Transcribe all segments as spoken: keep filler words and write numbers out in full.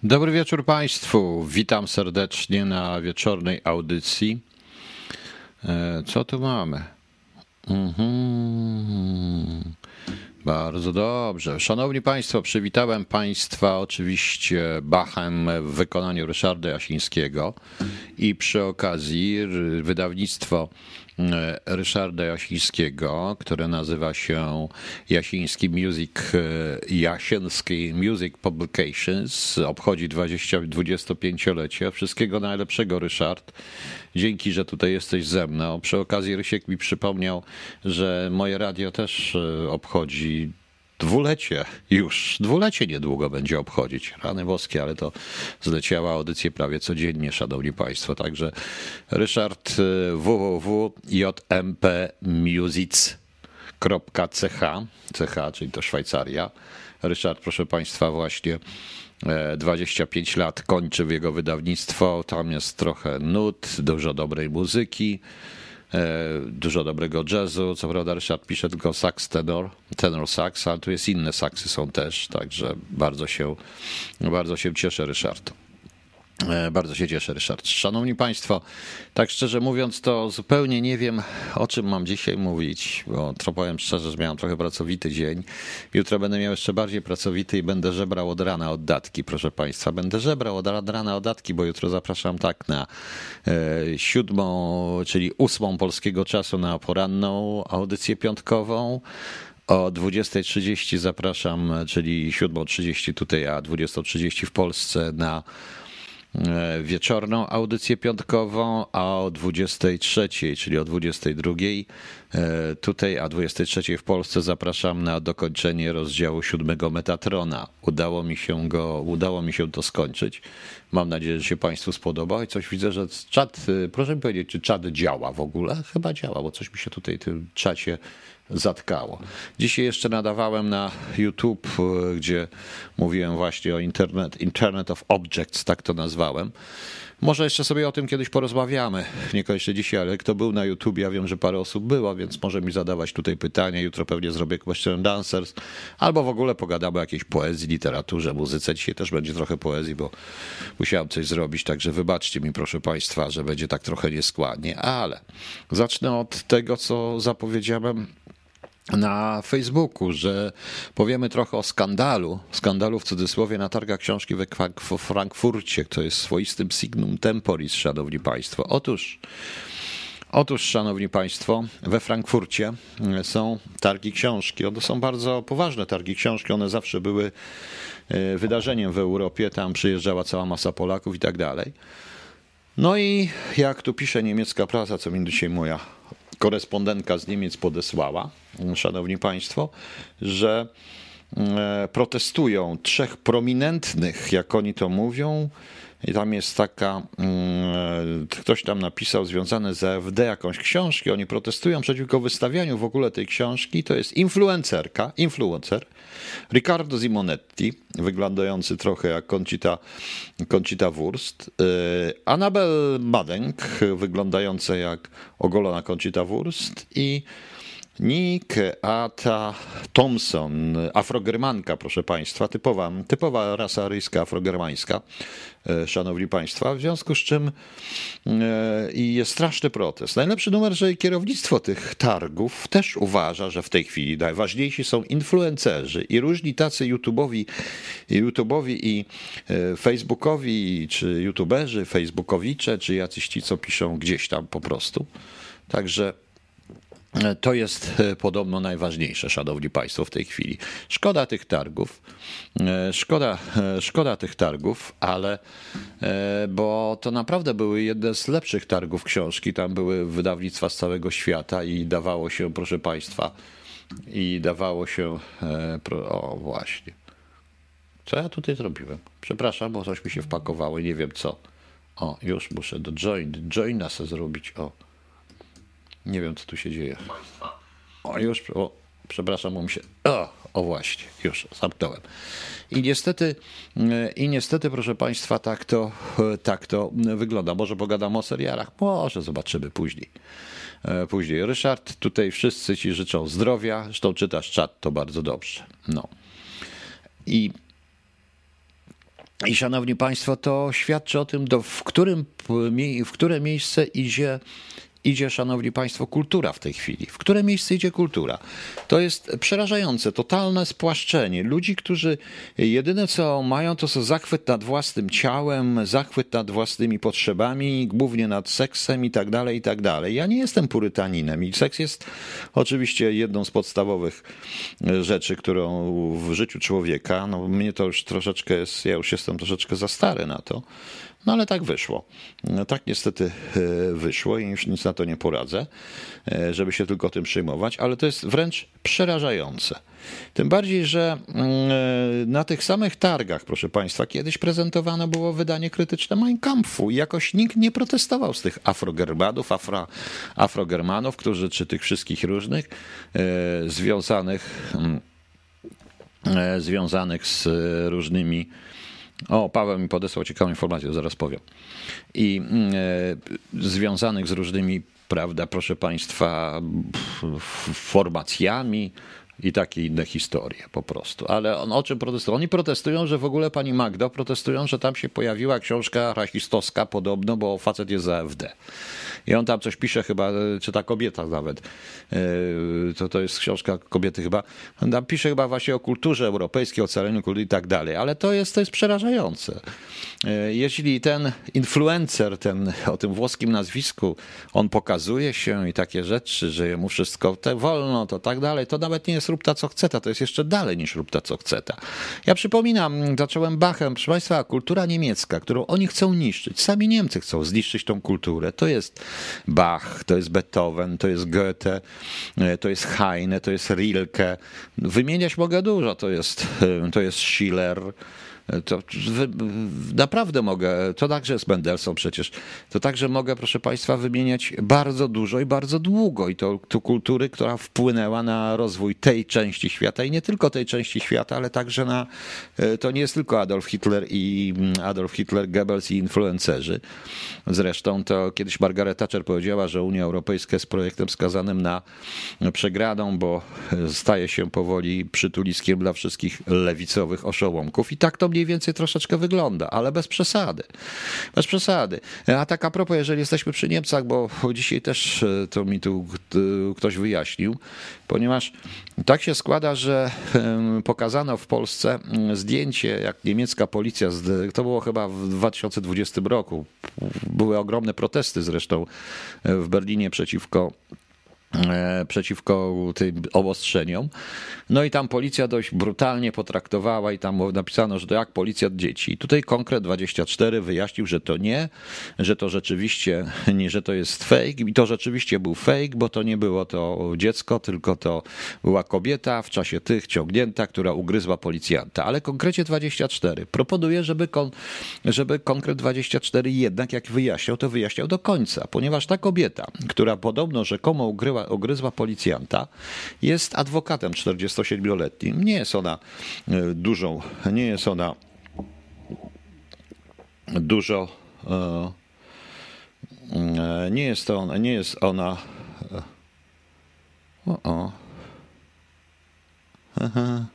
Dobry wieczór Państwu. Witam serdecznie na wieczornej audycji. E, Co tu mamy? Mhm. Bardzo dobrze. Szanowni Państwo, przywitałem Państwa oczywiście Bachem w wykonaniu Ryszarda Jasińskiego i przy okazji wydawnictwo Ryszarda Jasińskiego, które nazywa się Jasiński Music, Jasiński Music Publications, obchodzi dwudziestopięciolecie. Wszystkiego najlepszego, Ryszard. Dzięki, że tutaj jesteś ze mną. Przy okazji Rysiek mi przypomniał, że moje radio też obchodzi dwulecie już. Dwulecie niedługo będzie obchodzić. Rany boskie, ale to zleciała audycję prawie codziennie, szanowni państwo. Także Ryszard w w w kropka j m p music kropka c h, C H, czyli to Szwajcaria. Ryszard, proszę państwa, właśnie dwadzieścia pięć lat kończy w jego wydawnictwo. Tam jest trochę nut, dużo dobrej muzyki, dużo dobrego jazzu. Co prawda Ryszard pisze tylko sax tenor, tenor sax, ale tu jest inne saksy są też, także bardzo się, bardzo się cieszę, Ryszard. Bardzo się cieszę, Ryszard. Szanowni Państwo, tak szczerze mówiąc, to zupełnie nie wiem, o czym mam dzisiaj mówić, bo to powiem szczerze, że miałem trochę pracowity dzień. Jutro będę miał jeszcze bardziej pracowity i będę żebrał od rana od datki, proszę Państwa. Będę żebrał od rana od datki, bo jutro zapraszam tak na e, siódmą, czyli ósmą polskiego czasu na poranną audycję piątkową. O dwudziestej trzydzieści zapraszam, czyli siódma trzydzieści tutaj, a dwudziesta trzydzieści w Polsce na wieczorną audycję piątkową, a o dwudziestej trzeciej, czyli o dwudziestej drugiej tutaj, a dwudziestej trzeciej w Polsce zapraszam na dokończenie rozdziału siódmego Metatrona. Udało mi się go, udało mi się to skończyć. Mam nadzieję, że się Państwu spodoba i coś widzę, że czat, proszę mi powiedzieć, czy czat działa w ogóle? Chyba działa, bo coś mi się tutaj w tym czacie zatkało. Dzisiaj jeszcze nadawałem na YouTube, gdzie mówiłem właśnie o Internet, Internet of Objects, tak to nazwałem. Może jeszcze sobie o tym kiedyś porozmawiamy. Niekoniecznie dzisiaj, ale kto był na YouTube, ja wiem, że parę osób było, więc może mi zadawać tutaj pytania. Jutro pewnie zrobię question and answers, albo w ogóle pogadamy o jakiejś poezji, literaturze, muzyce. Dzisiaj też będzie trochę poezji, bo musiałem coś zrobić, także wybaczcie mi, proszę Państwa, że będzie tak trochę nieskładnie, ale zacznę od tego, co zapowiedziałem na Facebooku, że powiemy trochę o skandalu, skandalu w cudzysłowie na targach książki we Frankfurcie, to jest swoistym signum temporis, szanowni państwo. Otóż, otóż, szanowni państwo, we Frankfurcie są targi książki. To są bardzo poważne targi książki, one zawsze były wydarzeniem w Europie, tam przyjeżdżała cała masa Polaków i tak dalej. No i jak tu pisze niemiecka prasa, co mi dzisiaj moja korespondentka z Niemiec podesłała, szanowni państwo, że protestują trzech prominentnych, jak oni to mówią, i tam jest taka, ktoś tam napisał związane z A F D jakąś książki, oni protestują przeciwko wystawianiu w ogóle tej książki, to jest influencerka, influencer, Riccardo Simonetti, wyglądający trochę jak Conchita, Conchita Wurst, Annabel Badenk, wyglądająca jak ogolona Conchita Wurst i Nick-Ata Thompson, afrogermanka, proszę Państwa, typowa, typowa rasa aryjska, afrogermańska, szanowni Państwa, w związku z czym i jest straszny protest. Najlepszy numer, że kierownictwo tych targów też uważa, że w tej chwili najważniejsi są influencerzy i różni tacy YouTube'owi, YouTube'owi i Facebookowi, czy YouTuberzy, Facebookowicze, czy jacyś ci, co piszą gdzieś tam po prostu. Także to jest podobno najważniejsze, szanowni państwo, w tej chwili. Szkoda tych targów, szkoda, szkoda tych targów, ale bo to naprawdę były jedne z lepszych targów książki. Tam były wydawnictwa z całego świata i dawało się, proszę państwa, i dawało się, o właśnie, co ja tutaj zrobiłem? Przepraszam, bo coś mi się wpakowało i nie wiem co. O, już muszę do join, joina sobie zrobić, o. Nie wiem, co tu się dzieje. O, już, o, przepraszam, bo mi się... O, o właśnie, już zamknąłem. I niestety, i niestety, proszę państwa, tak to, tak to wygląda. Może pogadam o serialach? Może, zobaczymy później. Później. Ryszard, tutaj wszyscy ci życzą zdrowia. Zresztą czytasz czat, to bardzo dobrze. No. I I szanowni państwo, to świadczy o tym, do, w, którym, w które miejsce idzie, idzie, szanowni państwo, kultura w tej chwili. W które miejsce idzie kultura? To jest przerażające, totalne spłaszczenie. Ludzi, którzy jedyne co mają, to są zachwyt nad własnym ciałem, zachwyt nad własnymi potrzebami, głównie nad seksem i tak dalej, i tak dalej. Ja nie jestem purytaninem i seks jest oczywiście jedną z podstawowych rzeczy, którą w życiu człowieka, no mnie to już troszeczkę jest, ja już jestem troszeczkę za stary na to, no ale tak wyszło. Tak niestety wyszło i już nic na to nie poradzę, żeby się tylko tym przejmować, ale to jest wręcz przerażające. Tym bardziej, że na tych samych targach, proszę państwa, kiedyś prezentowane było wydanie krytyczne Mein Kampfu i jakoś nikt nie protestował z tych afrogermanów, afro, afrogermanów, którzy, czy tych wszystkich różnych e, związanych, e, związanych z różnymi. O, Paweł mi podesłał ciekawą informację, zaraz powiem. I e, związanych z różnymi, prawda, proszę państwa, formacjami i takie inne historie po prostu. Ale on, o czym protestują? Oni protestują, że w ogóle pani Magdo, protestują, że tam się pojawiła książka rasistowska podobno, bo facet jest za A F D. I on tam coś pisze chyba, czy ta kobieta nawet, to, to jest książka kobiety chyba, on tam pisze chyba właśnie o kulturze europejskiej, o ocaleniu kultury i tak dalej, ale to jest, to jest przerażające. Jeśli ten influencer, ten o tym włoskim nazwisku, on pokazuje się i takie rzeczy, że jemu wszystko te wolno, to tak dalej, to nawet nie jest rób ta co chce ta, to jest jeszcze dalej niż rób ta co chce ta. Ja przypominam, zacząłem Bachem, proszę państwa, kultura niemiecka, którą oni chcą niszczyć, sami Niemcy chcą zniszczyć tą kulturę, to jest Bach, to jest Beethoven, to jest Goethe, to jest Heine, to jest Rilke. Wymieniać mogę dużo, to jest, to jest Schiller. To naprawdę mogę, to także jest Mendelssohn przecież, to także mogę, proszę państwa, wymieniać bardzo dużo i bardzo długo i to, to kultury, która wpłynęła na rozwój tej części świata i nie tylko tej części świata, ale także na, to nie jest tylko Adolf Hitler i Adolf Hitler, Goebbels i influencerzy. Zresztą to kiedyś Margaret Thatcher powiedziała, że Unia Europejska jest projektem skazanym na przegraną, bo staje się powoli przytuliskiem dla wszystkich lewicowych oszołomków i tak to mniej więcej troszeczkę wygląda, ale bez przesady. Bez przesady. A tak a propos, jeżeli jesteśmy przy Niemcach, bo dzisiaj też to mi tu ktoś wyjaśnił, ponieważ tak się składa, że pokazano w Polsce zdjęcie, jak niemiecka policja, to było chyba w dwa tysiące dwudziestym roku, były ogromne protesty zresztą w Berlinie przeciwko przeciwko tym obostrzeniom. No i tam policja dość brutalnie potraktowała i tam napisano, że to jak policja od dzieci. I tutaj Konkret dwadzieścia cztery wyjaśnił, że to nie, że to rzeczywiście nie, że to jest fake i to rzeczywiście był fake, bo to nie było to dziecko, tylko to była kobieta w czasie tych ciągnięta, która ugryzła policjanta. Ale Konkrecie dwadzieścia cztery proponuje, żeby, kon, żeby Konkret dwadzieścia cztery jednak jak wyjaśniał, to wyjaśniał do końca, ponieważ ta kobieta, która podobno rzekomo ugryła ogryzła policjanta, jest adwokatem czterdziestosiedmioletnim. Nie jest ona dużą, nie jest ona dużo, nie jest ona, nie jest ona, o, o. Aha.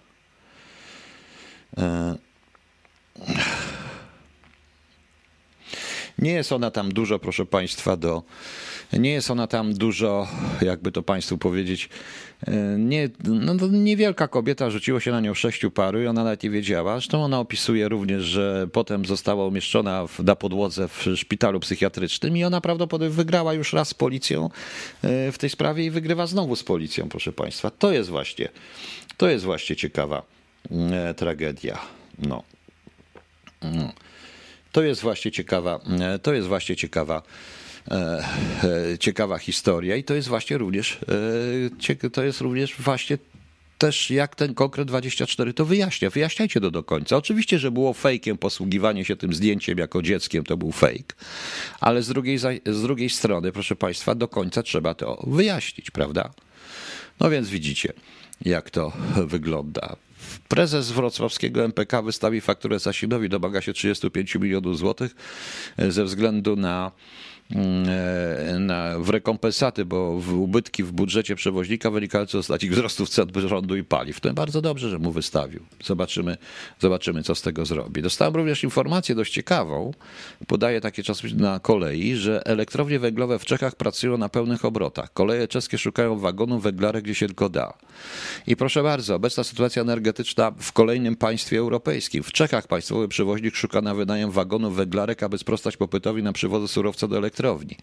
Nie jest ona tam dużo, proszę państwa, do Nie jest ona tam dużo, jakby to państwu powiedzieć, nie, no niewielka kobieta, rzuciło się na nią sześciu paru i ona nawet nie wiedziała. Zresztą ona opisuje również, że potem została umieszczona w, na podłodze w szpitalu psychiatrycznym i ona prawdopodobnie wygrała już raz z policją w tej sprawie i wygrywa znowu z policją, proszę państwa. To jest właśnie, to jest właśnie ciekawa tragedia. No. no. To jest właśnie ciekawa, to jest właśnie ciekawa ciekawa historia i to jest właśnie również to jest również właśnie też jak ten Konkret dwadzieścia cztery to wyjaśnia. Wyjaśniajcie to do końca. Oczywiście, że było fejkiem posługiwanie się tym zdjęciem jako dzieckiem, to był fejk, ale z drugiej, z drugiej strony, proszę państwa, do końca trzeba to wyjaśnić, prawda? No więc widzicie, jak to wygląda. prezes wrocławskiego M P K wystawi fakturę Sasinowi, domaga się trzydzieści pięć milionów złotych ze względu na Na, w rekompensaty, bo w ubytki w budżecie przewoźnika wynikające z ostatnich wzrostów cen prądu i paliw. To bardzo dobrze, że mu wystawił. Zobaczymy, zobaczymy, co z tego zrobi. Dostałem również informację dość ciekawą, podaje takie czasy na kolei, że elektrownie węglowe w Czechach pracują na pełnych obrotach. Koleje czeskie szukają wagonów węglarek, gdzie się tylko da. I proszę bardzo, obecna sytuacja energetyczna w kolejnym państwie europejskim. W Czechach państwowy przewoźnik szuka na wynajem wagonów węglarek, aby sprostać popytowi na przywozy surowca do elektrowni.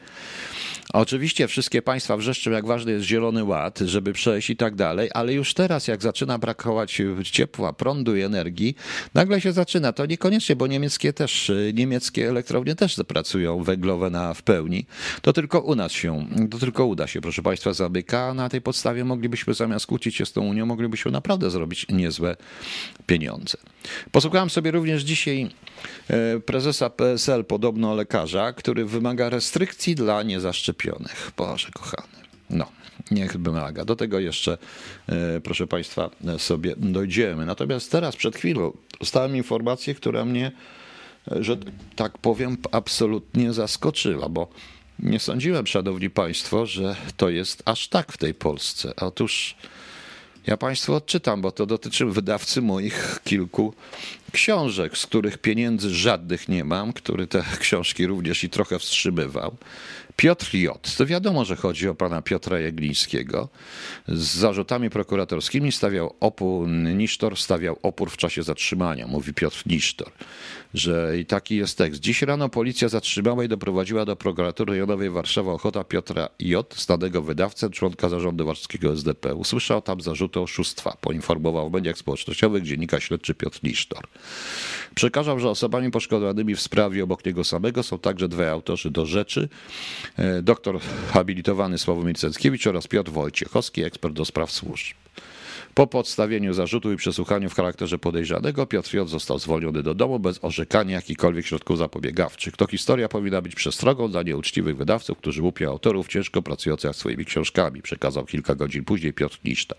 Oczywiście wszystkie państwa wrzeszczą, jak ważny jest Zielony Ład, żeby przejść i tak dalej, ale już teraz, jak zaczyna brakować ciepła, prądu i energii, nagle się zaczyna. To niekoniecznie, bo niemieckie też, niemieckie elektrownie też pracują węglowe na, w pełni. To tylko u nas się, to tylko uda się, proszę państwa, zamyka, a na tej podstawie moglibyśmy zamiast kłócić się z tą Unią, moglibyśmy naprawdę zrobić niezłe pieniądze. Posłuchałem sobie również dzisiaj prezesa P S L, podobno lekarza, który wymaga restrykcji dla niezaszczepionych. Boże kochany. No, niech wymaga. Do tego jeszcze, proszę państwa, sobie dojdziemy. Natomiast teraz, przed chwilą, dostałem informację, która mnie, że tak powiem, absolutnie zaskoczyła, bo nie sądziłem, szanowni państwo, że to jest aż tak w tej Polsce. Otóż ja państwu odczytam, bo to dotyczy wydawcy moich kilku książek, z których pieniędzy żadnych nie mam, który te książki również i trochę wstrzymywał. Piotr J. To wiadomo, że chodzi o pana Piotra Jeglińskiego. Z zarzutami prokuratorskimi stawiał opór, Nisztor stawiał opór w czasie zatrzymania, mówi Piotr Nisztor. Że i taki jest tekst. Dziś rano policja zatrzymała i doprowadziła do prokuratury rejonowej Warszawa Ochota Piotra J., znanego wydawcę, członka zarządu warszawskiego S D P. Usłyszał tam zarzuty oszustwa. Poinformował w mediach społecznościowych dziennikarz śledczy Piotr Nisztor. Przekazał, że osobami poszkodowanymi w sprawie obok niego samego są także dwaj autorzy do rzeczy. Doktor habilitowany Sławomir Cęckiewicz oraz Piotr Wojciechowski, ekspert do spraw służb. Po podstawieniu zarzutu i przesłuchaniu w charakterze podejrzanego Piotr J. został zwolniony do domu bez orzekania jakichkolwiek środków zapobiegawczych. To historia powinna być przestrogą dla nieuczciwych wydawców, którzy łupią autorów ciężko pracujących nad swoimi książkami, przekazał kilka godzin później Piotr Nisztor.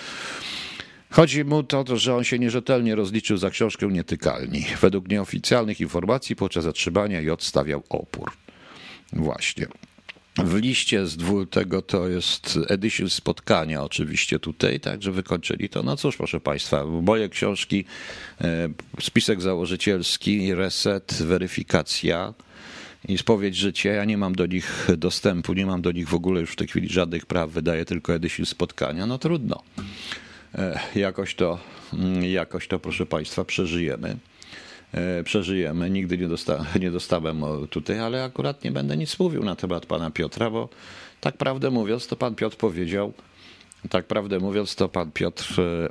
Chodzi mu o to, że on się nierzetelnie rozliczył za książkę Nietykalni. Według nieoficjalnych informacji podczas zatrzymania J. stawiał opór. Właśnie. W liście z dwu, tego to jest edition spotkania oczywiście tutaj, także wykończyli to. No cóż, proszę państwa, moje książki, spisek założycielski, reset, weryfikacja i spowiedź życia, ja nie mam do nich dostępu, nie mam do nich w ogóle już w tej chwili żadnych praw, wydaję tylko edition spotkania, no trudno. Jakoś to, jakoś to, proszę państwa, przeżyjemy. Przeżyjemy. Nigdy nie, dosta, nie dostałem tutaj, ale akurat nie będę nic mówił na temat pana Piotra, bo tak prawdę mówiąc, to pan Piotr powiedział, tak prawdę mówiąc, to pan Piotr,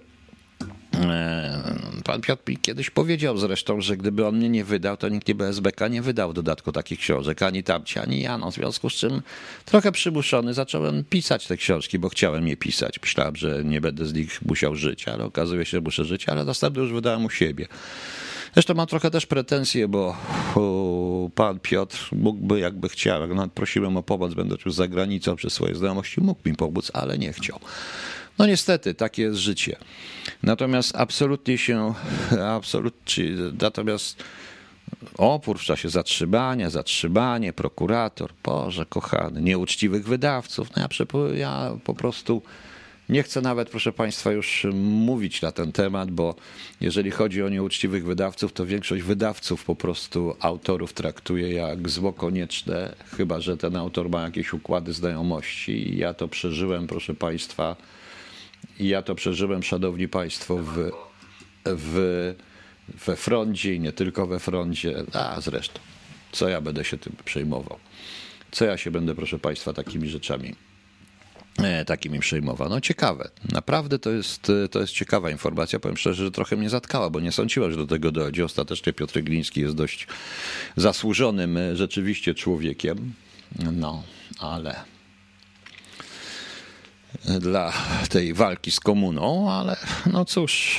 pan Piotr mi kiedyś powiedział zresztą, że gdyby on mnie nie wydał, to nikt B S B K nie wydał w dodatku takich książek, ani tamci, ani ja. No, w związku z czym trochę przymuszony zacząłem pisać te książki, bo chciałem je pisać. Myślałem, że nie będę z nich musiał żyć, ale okazuje się, że muszę żyć, ale następnie już wydałem u siebie. Zresztą mam trochę też pretensje, bo pan Piotr mógłby, jakby chciał, jak nawet prosiłem o pomoc, będąc już za granicą przez swoje znajomości, mógł mi pomóc, ale nie chciał. No niestety, takie jest życie. Natomiast absolutnie się, absolutnie, natomiast opór w czasie zatrzymania, zatrzymanie, prokurator, Boże kochany, nieuczciwych wydawców, no ja, ja po prostu... Nie chcę nawet, proszę państwa, już mówić na ten temat, bo jeżeli chodzi o nieuczciwych wydawców, to większość wydawców po prostu autorów traktuje jak zło konieczne, chyba że ten autor ma jakieś układy znajomości. I ja to przeżyłem, proszę państwa, i ja to przeżyłem, szanowni państwo, w, w, we froncie i nie tylko we froncie, a zresztą, co ja będę się tym przejmował? Co ja się będę, proszę państwa, takimi rzeczami takimi przejmował. No ciekawe. Naprawdę to jest, to jest ciekawa informacja. Powiem szczerze, że trochę mnie zatkała, bo nie sądziłem, że do tego dojdzie. Ostatecznie Piotr Gliński jest dość zasłużonym rzeczywiście człowiekiem. No, ale dla tej walki z komuną, ale no cóż...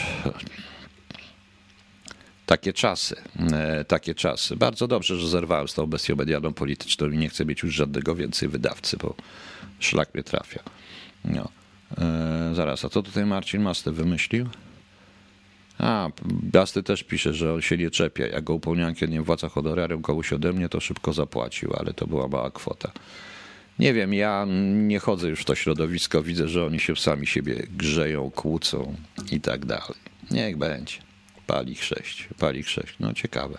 Takie czasy, takie czasy. Bardzo dobrze, że zerwałem z tą bestią medialną polityczną i nie chcę mieć już żadnego więcej wydawcy, bo szlak mnie trafia. No. E, zaraz, a co tutaj Marcin Masty wymyślił? A, Basty też pisze, że on się nie czepia. Jak go upomniałem, kiedy nie wpłaca honorarium komuś ode mnie, to szybko zapłacił, ale to była mała kwota. Nie wiem, ja nie chodzę już w to środowisko, widzę, że oni się sami siebie grzeją, kłócą i tak dalej. Niech będzie. Pali sześć, pali sześć. No ciekawe.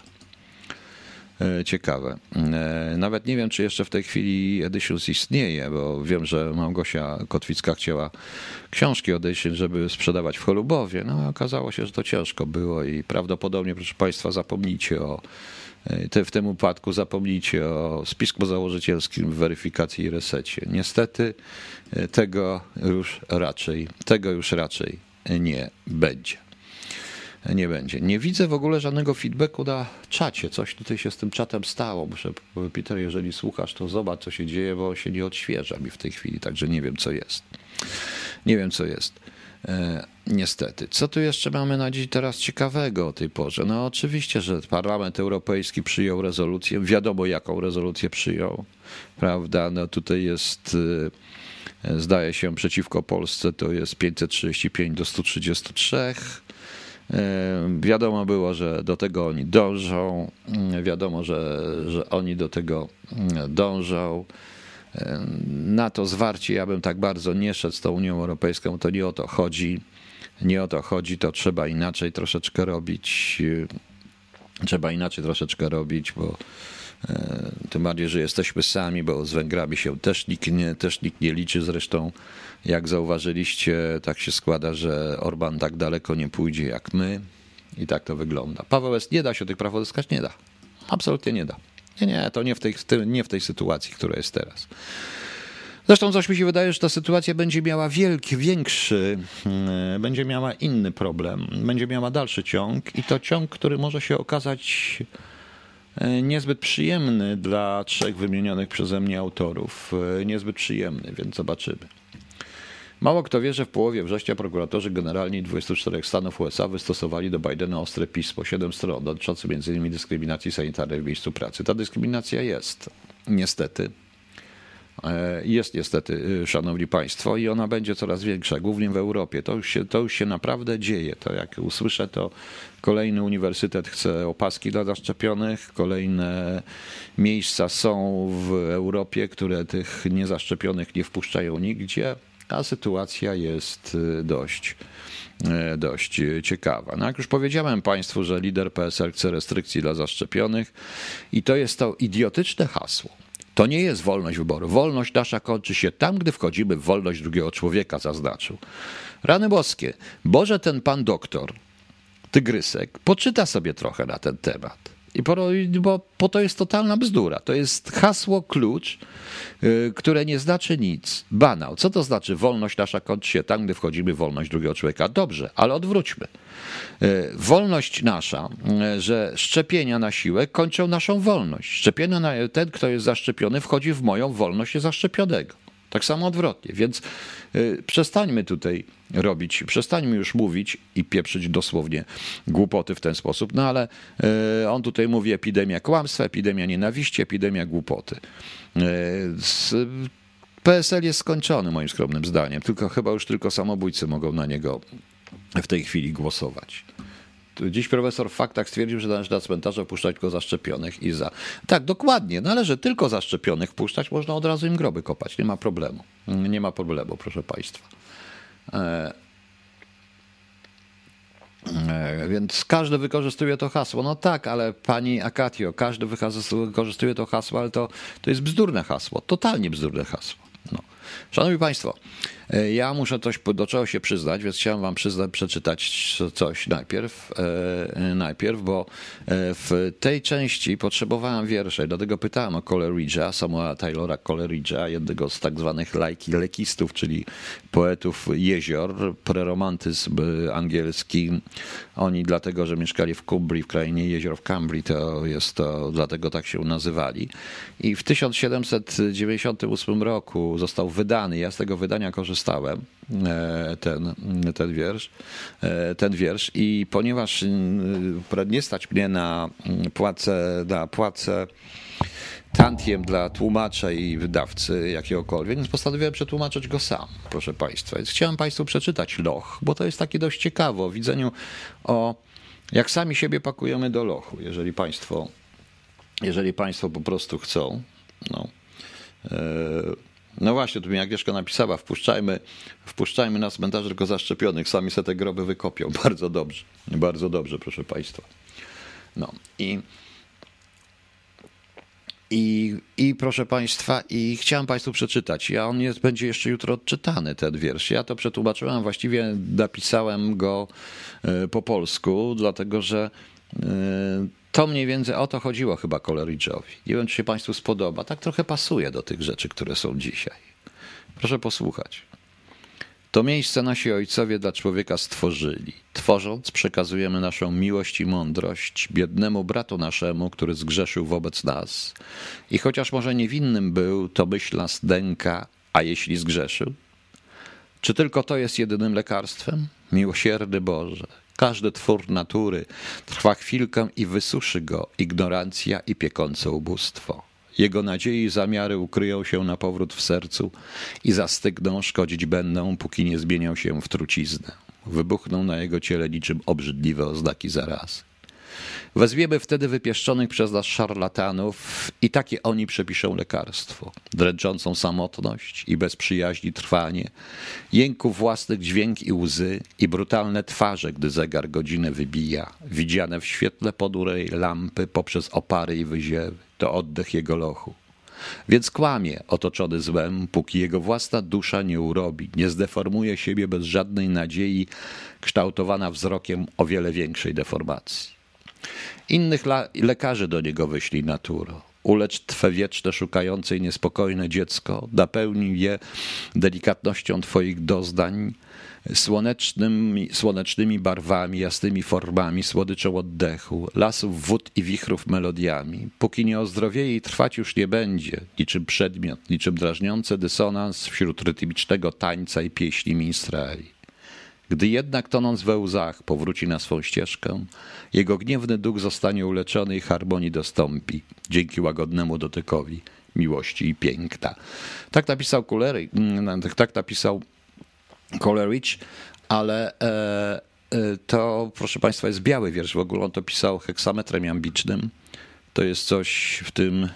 Ciekawe. Nawet nie wiem, czy jeszcze w tej chwili Editions istnieje, bo wiem, że Małgosia Kotwicka chciała książki Edition, żeby sprzedawać w Cholubowie. No okazało się, że to ciężko było i prawdopodobnie, proszę Państwa, zapomnijcie o w tym upadku zapomnijcie o spisku założycielskim, weryfikacji i resecie. Niestety tego już raczej, tego już raczej nie będzie. Nie będzie. Nie widzę w ogóle żadnego feedbacku na czacie. Coś tutaj się z tym czatem stało. Muszę, Peter, jeżeli słuchasz, to zobacz, co się dzieje, bo się nie odświeża mi w tej chwili, także nie wiem, co jest. Nie wiem, co jest. E, niestety. Co tu jeszcze mamy na dziś teraz ciekawego o tej porze? No oczywiście, że Parlament Europejski przyjął rezolucję. Wiadomo, jaką rezolucję przyjął. Prawda? No tutaj jest... E, zdaje się, przeciwko Polsce to jest pięćset trzydzieści pięć do stu trzydziestu trzech. Wiadomo było, że do tego oni dążą. Wiadomo, że, że oni do tego dążą. Na to zwarcie ja bym tak bardzo nie szedł z tą Unią Europejską. To nie o to chodzi. Nie o to chodzi. To trzeba inaczej troszeczkę robić. Trzeba inaczej troszeczkę robić, bo tym bardziej, że jesteśmy sami, bo z Węgrami się też nikt nie, też nikt nie liczy. Zresztą, jak zauważyliście, tak się składa, że Orban tak daleko nie pójdzie jak my i tak to wygląda. Paweł S. nie da się tych praw odzyskać? Nie da. Absolutnie nie da. Nie, nie, to nie w tej, nie w tej sytuacji, która jest teraz. Zresztą coś mi się wydaje, że ta sytuacja będzie miała wielki, większy, będzie miała inny problem, będzie miała dalszy ciąg i to ciąg, który może się okazać niezbyt przyjemny dla trzech wymienionych przeze mnie autorów. Niezbyt przyjemny, więc zobaczymy. Mało kto wie, że w połowie września prokuratorzy generalni dwudziestu czterech stanów U S A wystosowali do Bidena ostre pismo, siedem stron, dotyczące między innymi dyskryminacji sanitarnej w miejscu pracy. Ta dyskryminacja jest, niestety, jest niestety, szanowni państwo, i ona będzie coraz większa, głównie w Europie. To już się, to już się naprawdę dzieje. To jak usłyszę, to kolejny uniwersytet chce opaski dla zaszczepionych, kolejne miejsca są w Europie, które tych niezaszczepionych nie wpuszczają nigdzie, a sytuacja jest dość, dość ciekawa. No jak już powiedziałem państwu, że lider P S L chce restrykcji dla zaszczepionych i to jest to idiotyczne hasło. To nie jest wolność wyboru. Wolność nasza kończy się tam, gdy wchodzimy w wolność drugiego człowieka, zaznaczył. Rany boskie, Boże, ten pan doktor, Tygrysek, poczyta sobie trochę na ten temat. I po, bo, bo to jest totalna bzdura. To jest hasło, klucz, yy, które nie znaczy nic. Banał. Co to znaczy wolność nasza kończy się tam, gdy wchodzimy w wolność drugiego człowieka? Dobrze, ale odwróćmy. Yy, wolność nasza, yy, że szczepienia na siłę kończą naszą wolność. Szczepienia na ten, kto jest zaszczepiony, wchodzi w moją wolność zaszczepionego. Tak samo odwrotnie, więc y, przestańmy tutaj robić, przestańmy już mówić i pieprzyć dosłownie głupoty w ten sposób, no ale y, on tutaj mówi epidemia kłamstwa, epidemia nienawiści, epidemia głupoty. Y, z, P S L jest skończony moim skromnym zdaniem, tylko chyba już tylko samobójcy mogą na niego w tej chwili głosować. Dziś profesor w faktach stwierdził, że należy na cmentarze wpuszczać tylko zaszczepionych i za. Tak, dokładnie. Należy tylko zaszczepionych wpuszczać, można od razu im groby kopać. Nie ma problemu. Nie ma problemu, proszę państwa. E, e, więc każdy wykorzystuje to hasło. No tak, ale pani Akatio, każdy wykorzystuje to hasło, ale to, to jest bzdurne hasło. Totalnie bzdurne hasło. No. Szanowni państwo, ja muszę coś do czego się przyznać, więc chciałem wam przyznać, przeczytać coś najpierw, e, najpierw, bo w tej części potrzebowałem wiersze, dlatego pytałem o Coleridge'a, Samuela Taylora Coleridge'a, jednego z tak zwanych lajki lekistów, czyli poetów jezior, preromantyzm angielski. Oni dlatego, że mieszkali w Cumbrii, w krainie jezior w Cambrii, to jest to, dlatego tak się nazywali. I w tysiąc siedemset dziewięćdziesiątym ósmym roku został wydany, ja z tego wydania korzystałem, ten, ten wiersz, ten wiersz i ponieważ nie stać mnie na płacę, na płacę tantiem dla tłumacza i wydawcy jakiegokolwiek, więc postanowiłem przetłumaczyć go sam, proszę Państwa. Więc chciałem Państwu przeczytać loch, bo to jest takie dość ciekawe o widzeniu, o jak sami siebie pakujemy do lochu, jeżeli Państwo, jeżeli państwo po prostu chcą. No, no właśnie, tu mi Agnieszka napisała, wpuszczajmy, wpuszczajmy na cmentarze tylko zaszczepionych, sami se te groby wykopią. Bardzo dobrze, bardzo dobrze, proszę Państwa. No i I, I proszę Państwa, i chciałem Państwu przeczytać. Ja on jest, będzie jeszcze jutro odczytany, ten wiersz. Ja to przetłumaczyłem, właściwie napisałem go po polsku, dlatego że to mniej więcej o to chodziło chyba Coleridge'owi. Nie wiem, czy się Państwu spodoba. Tak trochę pasuje do tych rzeczy, które są dzisiaj. Proszę posłuchać. To miejsce nasi ojcowie dla człowieka stworzyli. Tworząc, przekazujemy naszą miłość i mądrość biednemu bratu naszemu, który zgrzeszył wobec nas. I chociaż może niewinnym był, to myśl nas dęka, a jeśli zgrzeszył? Czy tylko to jest jedynym lekarstwem? Miłosierny Boże, każdy twór natury trwa chwilkę i wysuszy go ignorancja i piekące ubóstwo. Jego nadzieje i zamiary ukryją się na powrót w sercu i zastygną, szkodzić będą, póki nie zmienią się w truciznę. Wybuchną na jego ciele niczym obrzydliwe oznaki zarazy. Wezwiemy wtedy wypieszczonych przez nas szarlatanów i takie oni przepiszą lekarstwo. Dręczącą samotność i bez przyjaźni trwanie, jęków własnych dźwięk i łzy i brutalne twarze, gdy zegar godzinę wybija, widziane w świetle ponurej lampy poprzez opary i wyziewy, to oddech jego lochu. Więc kłamie, otoczony złem, póki jego własna dusza nie urobi, nie zdeformuje siebie bez żadnej nadziei, kształtowana wzrokiem o wiele większej deformacji. Innych la- lekarzy do niego wyślij naturo. Ulecz twe wieczne, szukające i niespokojne dziecko, napełnij je delikatnością twoich doznań, słonecznymi, słonecznymi barwami, jasnymi formami, słodyczą oddechu, lasów wód i wichrów melodiami. Póki nie ozdrowieje i trwać już nie będzie, niczym przedmiot, niczym drażniący dysonans wśród rytmicznego tańca i pieśni minstreli. Gdy jednak tonąc we łzach powróci na swą ścieżkę, jego gniewny duch zostanie uleczony i harmonii dostąpi, dzięki łagodnemu dotykowi miłości i piękna. Tak napisał Coleridge, tak napisał Coleridge, ale e, e, to, proszę Państwa, jest biały wiersz. W ogóle on to pisał heksametrem jambicznym. To jest coś w tym...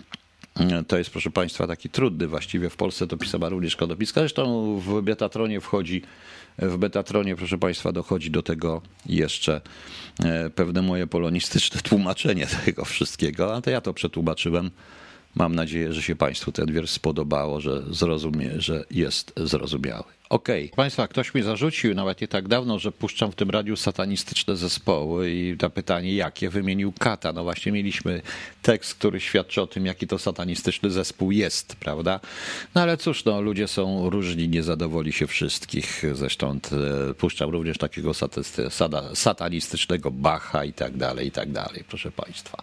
To jest, proszę Państwa, taki trudny właściwie. W Polsce to pisała również Konopiska. Zresztą w Betatronie wchodzi, w Betatronie, proszę Państwa, dochodzi do tego jeszcze pewne moje polonistyczne tłumaczenie tego wszystkiego, a to ja to przetłumaczyłem. Mam nadzieję, że się Państwu ten wiersz spodobało, że zrozumie, że jest zrozumiały. Okej. Okay. Państwa, ktoś mi zarzucił nawet nie tak dawno, że puszczam w tym radiu satanistyczne zespoły i na pytanie, jakie wymienił Kata. No właśnie mieliśmy tekst, który świadczy o tym, jaki to satanistyczny zespół jest, prawda? No ale cóż, no ludzie są różni, nie zadowoli się wszystkich. Zresztą te, puszczam również takiego satanistycznego Bacha i tak dalej, i tak dalej, proszę Państwa.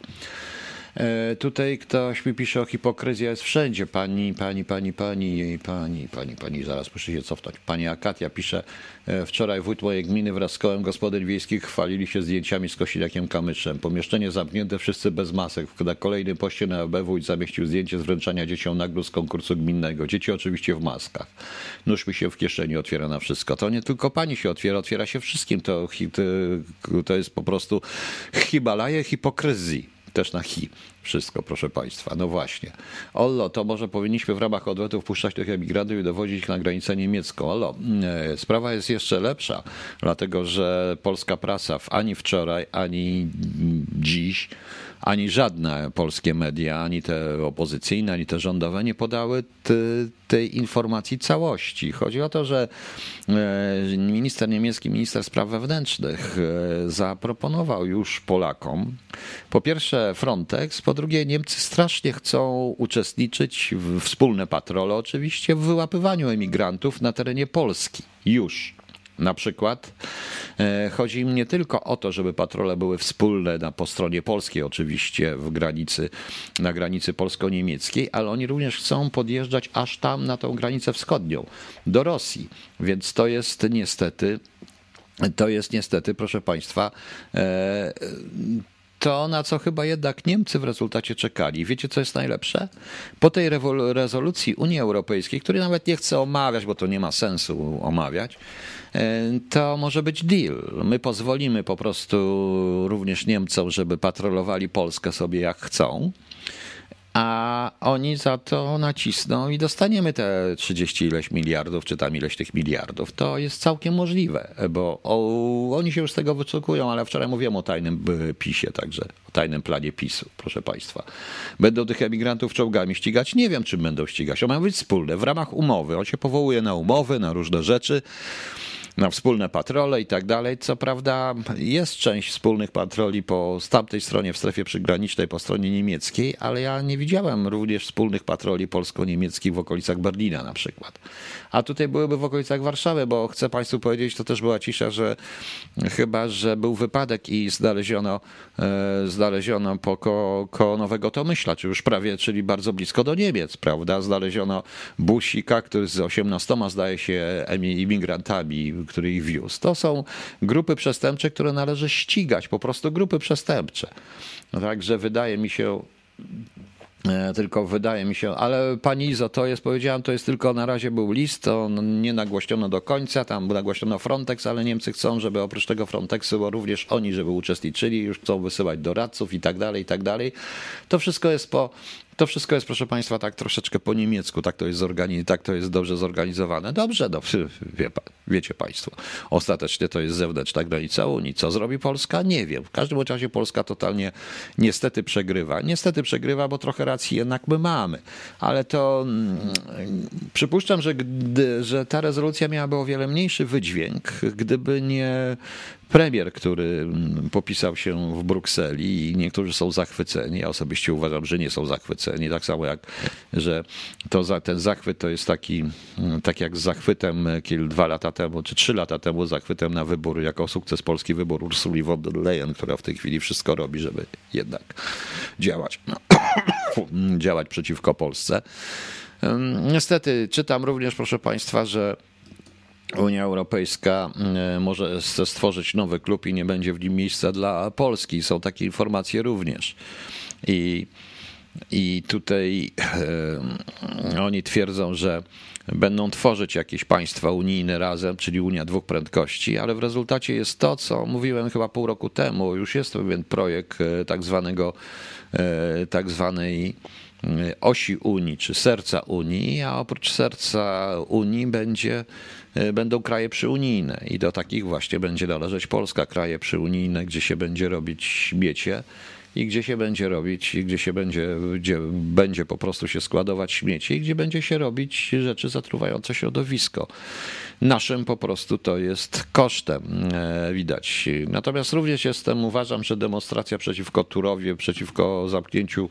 Tutaj ktoś mi pisze o hipokryzja jest wszędzie. Pani, pani, pani, pani, pani, pani, pani, zaraz muszę się cofnąć. Pani Akatia pisze, wczoraj wójt mojej gminy wraz z kołem gospodyń wiejskich chwalili się zdjęciami z Kosiniakiem Kamyszem. Pomieszczenie zamknięte, wszyscy bez masek. Na kolejnym poście na O B wójt zamieścił zdjęcie z wręczania dzieciom nagród z konkursu gminnego. Dzieci oczywiście w maskach. Nóż mi się w kieszeni otwiera na wszystko. To nie tylko pani się otwiera, otwiera się wszystkim. To, to, to jest po prostu Himalaje hipokryzji. Też na hi. Wszystko, proszę Państwa. No właśnie. Ollo, to może powinniśmy w ramach odwetu wpuszczać tych emigrantów i dowozić ich na granicę niemiecką. Ollo, sprawa jest jeszcze lepsza, dlatego że polska prasa ani wczoraj, ani dziś, ani żadne polskie media, ani te opozycyjne, ani te rządowe nie podały te, tej informacji całości. Chodzi o to, że minister niemiecki, minister spraw wewnętrznych zaproponował już Polakom, po pierwsze Frontex, po drugie Niemcy strasznie chcą uczestniczyć w wspólne patrole oczywiście w wyłapywaniu emigrantów na terenie Polski. Już. Na przykład chodzi im nie tylko o to, żeby patrole były wspólne na, po stronie polskiej oczywiście w granicy, na granicy polsko-niemieckiej, ale oni również chcą podjeżdżać aż tam na tą granicę wschodnią, do Rosji. Więc to jest niestety, to jest niestety, proszę Państwa, to, na co chyba jednak Niemcy w rezultacie czekali. Wiecie, co jest najlepsze? Po tej rezolucji Unii Europejskiej, której nawet nie chcę omawiać, bo to nie ma sensu omawiać, to może być deal. My pozwolimy po prostu również Niemcom, żeby patrolowali Polskę sobie jak chcą, a oni za to nacisną i dostaniemy te trzydzieści ileś miliardów, czy tam ileś tych miliardów. To jest całkiem możliwe, bo o, oni się już z tego wyczekują, ale wczoraj mówiłem o tajnym PiSie, także o tajnym planie PiSu, proszę państwa. Będą tych emigrantów czołgami ścigać? Nie wiem, czym będą ścigać. One mają być wspólne, w ramach umowy. On się powołuje na umowy, na różne rzeczy, na wspólne patrole i tak dalej. Co prawda jest część wspólnych patroli po z tamtej stronie w strefie przygranicznej, po stronie niemieckiej, ale ja nie widziałem również wspólnych patroli polsko-niemieckich w okolicach Berlina na przykład. A tutaj byłyby w okolicach Warszawy, bo chcę państwu powiedzieć, to też była cisza, że chyba, że był wypadek i znaleziono, e, znaleziono po ko, koło Nowego Tomyśla, czy już prawie, czyli bardzo blisko do Niemiec, prawda? Znaleziono busika, który z osiemnastoma, zdaje się, imigrantami, który ich wiózł. To są grupy przestępcze, które należy ścigać, po prostu grupy przestępcze. No także wydaje mi się, tylko wydaje mi się, ale pani Izo, to jest, powiedziałam, to jest tylko na razie był list, to nie nagłośniono do końca, tam nagłośniono Frontex, ale Niemcy chcą, żeby oprócz tego Frontexu, bo również oni, żeby uczestniczyli, już chcą wysyłać doradców i tak dalej, i tak dalej. To wszystko jest po To wszystko jest, proszę państwa, tak troszeczkę po niemiecku, tak to jest, zorganiz- tak to jest dobrze zorganizowane. Dobrze, dobrze, wie, wiecie państwo. Ostatecznie to jest zewnętrzna granica Unii. Co zrobi Polska? Nie wiem. W każdym razie Polska totalnie niestety przegrywa. Niestety przegrywa, bo trochę racji jednak my mamy. Ale to mm, przypuszczam, że, gdy, że ta rezolucja miałaby o wiele mniejszy wydźwięk, gdyby nie premier, który popisał się w Brukseli i niektórzy są zachwyceni. Ja osobiście uważam, że nie są zachwyceni. Tak samo jak, że to za, ten zachwyt to jest taki, tak jak z zachwytem kil, dwa lata temu, czy trzy lata temu, zachwytem na wybór, jako sukces polski wybór Ursuli von der Leyen, która w tej chwili wszystko robi, żeby jednak działać, no, działać przeciwko Polsce. Niestety czytam również, proszę państwa, że Unia Europejska może stworzyć nowy klub i nie będzie w nim miejsca dla Polski. Są takie informacje również. I, i tutaj e, oni twierdzą, że będą tworzyć jakieś państwa unijne razem, czyli Unia dwóch prędkości, ale w rezultacie jest to, co mówiłem chyba pół roku temu. Już jest pewien projekt tak zwanego, e, tak zwanej osi Unii, czy serca Unii, a oprócz serca Unii będzie będą kraje przyunijne i do takich właśnie będzie należeć Polska, kraje przyunijne, gdzie się będzie robić śmiecie i gdzie się będzie robić, gdzie się będzie, gdzie będzie po prostu się składować śmieci i gdzie będzie się robić rzeczy zatruwające środowisko. Naszym po prostu to jest kosztem, widać. Natomiast również jestem, uważam, że demonstracja przeciwko Turowie, przeciwko zamknięciu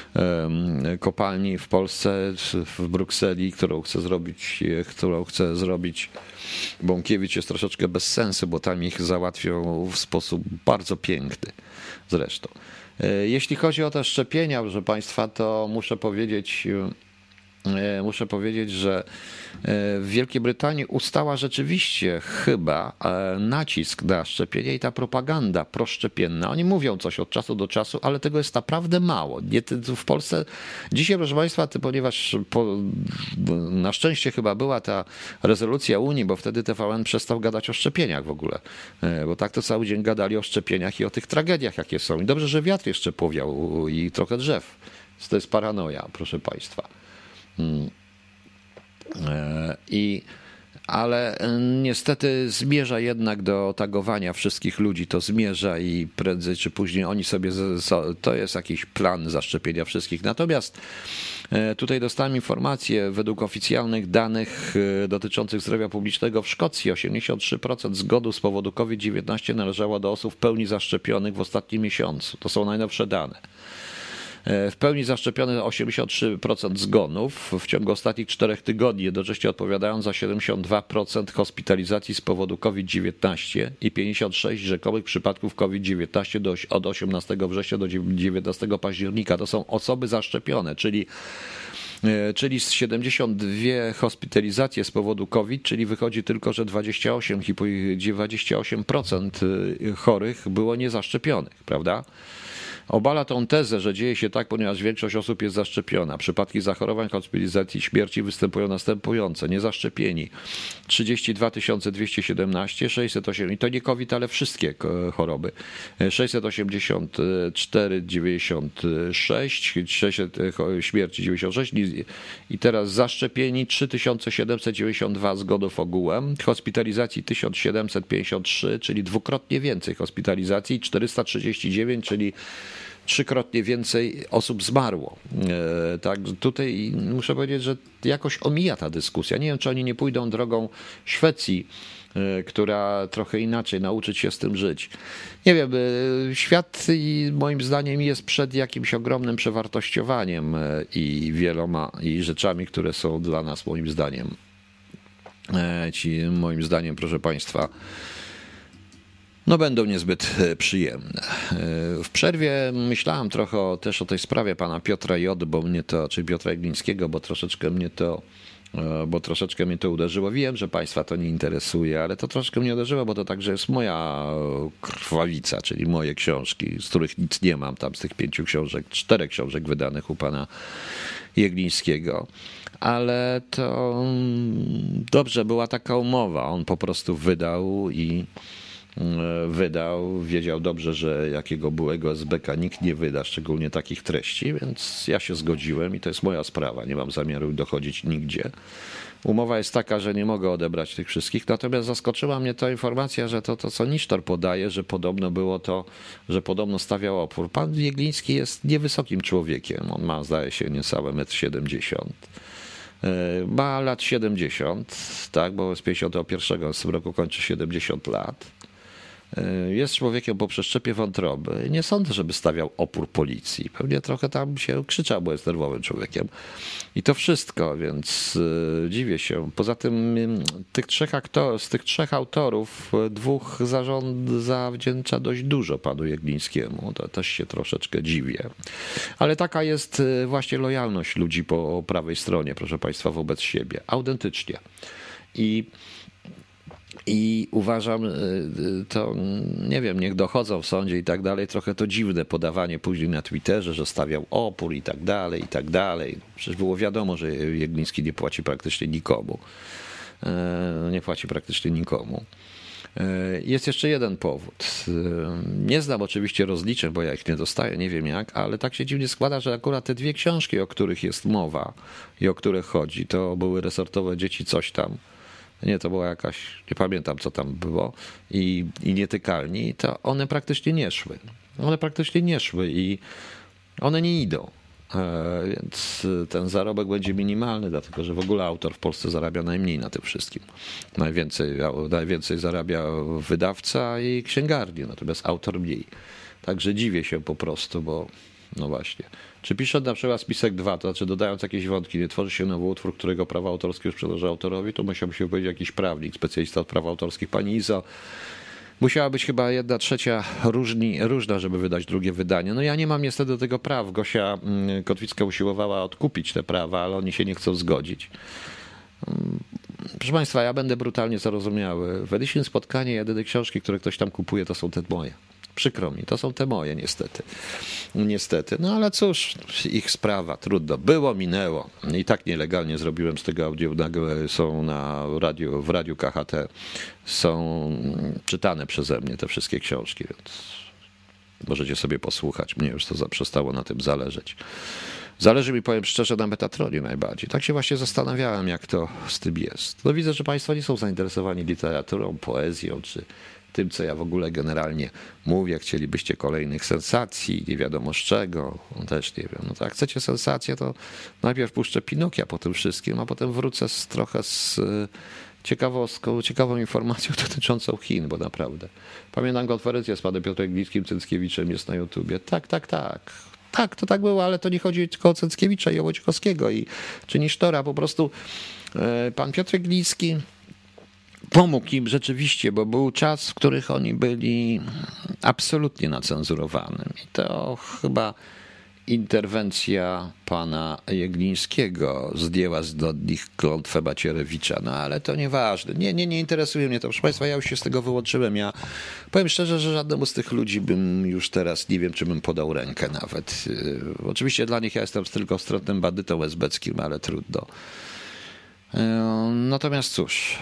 kopalni w Polsce, w Brukseli, którą chce zrobić, którą chce zrobić Bąkiewicz, jest troszeczkę bez sensu, bo tam ich załatwią w sposób bardzo piękny zresztą. Jeśli chodzi o te szczepienia, proszę państwa, to muszę powiedzieć, muszę powiedzieć, że w Wielkiej Brytanii ustała rzeczywiście chyba nacisk na szczepienie i ta propaganda proszczepienna. Oni mówią coś od czasu do czasu, ale tego jest naprawdę mało. W Polsce dzisiaj, proszę państwa, ponieważ po, na szczęście chyba była ta rezolucja Unii, bo wtedy T V N przestał gadać o szczepieniach w ogóle, bo tak to cały dzień gadali o szczepieniach i o tych tragediach, jakie są. I dobrze, że wiatr jeszcze powiał i trochę drzew. To jest paranoja, proszę państwa. I, ale niestety zmierza jednak do tagowania wszystkich ludzi, to zmierza i prędzej czy później oni sobie, to jest jakiś plan zaszczepienia wszystkich. Natomiast tutaj dostałem informację, według oficjalnych danych dotyczących zdrowia publicznego w Szkocji osiemdziesiąt trzy procent zgonów z powodu COVID dziewiętnaście należało do osób w pełni zaszczepionych w ostatnim miesiącu. To są najnowsze dane. W pełni zaszczepione osiemdziesiąt trzy procent zgonów w ciągu ostatnich czterech tygodni, jednocześnie odpowiadając za siedemdziesiąt dwa procent hospitalizacji z powodu COVID dziewiętnaście i pięćdziesiąt sześć rzekomych przypadków COVID dziewiętnaście do, od osiemnastego września do dziewiętnastego października. To są osoby zaszczepione, czyli czyli z siedemdziesiąt dwie hospitalizacje z powodu COVID, czyli wychodzi tylko, że dwadzieścia osiem, dwadzieścia osiem procent chorych było niezaszczepionych, prawda? Obala tą tezę, że dzieje się tak, ponieważ większość osób jest zaszczepiona. Przypadki zachorowań, hospitalizacji, śmierci występują następujące. Niezaszczepieni trzydzieści dwa tysiące dwieście siedemnaście, sześćset osiem, i to nie COVID, ale wszystkie choroby. sześćset osiemdziesiąt cztery, dziewięćdziesiąt sześć, sześćset śmierci dziewięćdziesiąt sześć i teraz zaszczepieni trzy tysiące siedemset dziewięćdziesiąt dwa zgonów ogółem, hospitalizacji tysiąc siedemset pięćdziesiąt trzy, czyli dwukrotnie więcej hospitalizacji, czterysta trzydzieści dziewięć, czyli trzykrotnie więcej osób zmarło. Tak, tutaj muszę powiedzieć, że jakoś omija ta dyskusja. Nie wiem, czy oni nie pójdą drogą Szwecji, która trochę inaczej nauczyć się z tym żyć. Nie wiem, świat moim zdaniem jest przed jakimś ogromnym przewartościowaniem i wieloma i rzeczami, które są dla nas moim zdaniem, ci moim zdaniem, proszę Państwa, no będą niezbyt przyjemne. W przerwie myślałem trochę o, też o tej sprawie pana Piotra J., bo mnie to, czy Piotra Jeglińskiego, bo troszeczkę mnie to bo troszeczkę mnie to uderzyło. Wiem, że Państwa to nie interesuje, ale to troszeczkę mnie uderzyło, bo to także jest moja krwawica, czyli moje książki, z których nic nie mam, tam z tych pięciu książek, czterech książek wydanych u pana Jeglińskiego. Ale to dobrze, była taka umowa, on po prostu wydał i wydał, wiedział dobrze, że jakiego byłego S B K nikt nie wyda, szczególnie takich treści, więc ja się zgodziłem i to jest moja sprawa, nie mam zamiaru dochodzić nigdzie. Umowa jest taka, że nie mogę odebrać tych wszystkich, natomiast zaskoczyła mnie ta informacja, że to, to co Nisztor podaje, że podobno było to, że podobno stawiał opór. Pan Jegliński jest niewysokim człowiekiem, on ma, zdaje się, niecałe metr siedemdziesiąt. Ma lat siedemdziesiąt, tak, bo z pięćdziesiątego pierwszego w tym roku kończy siedemdziesiąt lat. Jest człowiekiem po przeszczepie wątroby. Nie sądzę, żeby stawiał opór policji. Pewnie trochę tam się krzyczał, bo jest nerwowym człowiekiem. I to wszystko, więc dziwię się. Poza tym tych trzech aktor, z tych trzech autorów dwóch zarząd zawdzięcza dość dużo panu Jeglińskiemu. To też się troszeczkę dziwię. Ale taka jest właśnie lojalność ludzi po prawej stronie, proszę Państwa, wobec siebie. Autentycznie. I I uważam, to nie wiem, niech dochodzą w sądzie i tak dalej, trochę to dziwne podawanie później na Twitterze, że stawiał opór i tak dalej, i tak dalej. Przecież było wiadomo, że Jegliński nie płaci praktycznie nikomu. Nie płaci praktycznie nikomu. Jest jeszcze jeden powód. Nie znam oczywiście rozliczeń, bo ja ich nie dostaję, nie wiem jak, ale tak się dziwnie składa, że akurat te dwie książki, o których jest mowa i o które chodzi, to były resortowe dzieci coś tam. Nie, to była jakaś, nie pamiętam co tam było, i, i nietykalni, to one praktycznie nie szły. One praktycznie nie szły i one nie idą. E, więc ten zarobek będzie minimalny, dlatego że w ogóle autor w Polsce zarabia najmniej na tym wszystkim. Najwięcej, najwięcej zarabia wydawca i księgarnia, natomiast autor mniej. Także dziwię się po prostu, bo no właśnie. Czy pisząc na przykład spisek dwa, to znaczy dodając jakieś wątki, nie tworzy się nowy utwór, którego prawa autorskie już przenosi autorowi, to musiałby się powiedzieć jakiś prawnik, specjalista od praw autorskich. Pani Izo, musiała być chyba jedna trzecia różni, różna, żeby wydać drugie wydanie. No ja nie mam niestety do tego praw. Gosia Kotwicka usiłowała odkupić te prawa, ale oni się nie chcą zgodzić. Proszę Państwa, ja będę brutalnie zrozumiały. W Edition Spotkanie jedyne książki, które ktoś tam kupuje, to są te moje. Przykro mi, to są te moje niestety. Niestety, no ale cóż, ich sprawa, trudno. Było, minęło. I tak nielegalnie zrobiłem z tego audio, nagle są na radiu, w radiu K H T, są czytane przeze mnie te wszystkie książki, więc możecie sobie posłuchać. Mnie już to zaprzestało na tym zależeć. Zależy mi, powiem szczerze, na Metatronie najbardziej. Tak się właśnie zastanawiałem, jak to z tym jest. No widzę, że Państwo nie są zainteresowani literaturą, poezją, czy tym, co ja w ogóle generalnie mówię. Chcielibyście kolejnych sensacji, nie wiadomo z czego, no też nie wiem. No to jak chcecie sensację, to najpierw puszczę Pinokia po tym wszystkim, a potem wrócę z, trochę z ciekawostką, ciekawą informacją dotyczącą Chin, bo naprawdę. Pamiętam konferencję z panem Piotrem Glińskim, Cęckiewiczem, jest na YouTubie. Tak, tak, tak. Tak, to tak było, ale to nie chodzi tylko o Cęckiewicza i o Wojciechowskiego, i, czy Nisztora. Po prostu pan Piotr Gliński pomógł im rzeczywiście, bo był czas, w których oni byli absolutnie nacenzurowanym. I to chyba interwencja pana Jeglińskiego zdjęła z nich klątwę Macierewicza, no ale to nieważne. Nie, nie, nie interesuje mnie to. Proszę państwa, ja już się z tego wyłączyłem. Ja powiem szczerze, że żadnemu z tych ludzi bym już teraz, nie wiem, czy bym podał rękę nawet. Oczywiście dla nich ja jestem tylko wstrętnym bandytą esbeckim, ale trudno. Natomiast cóż,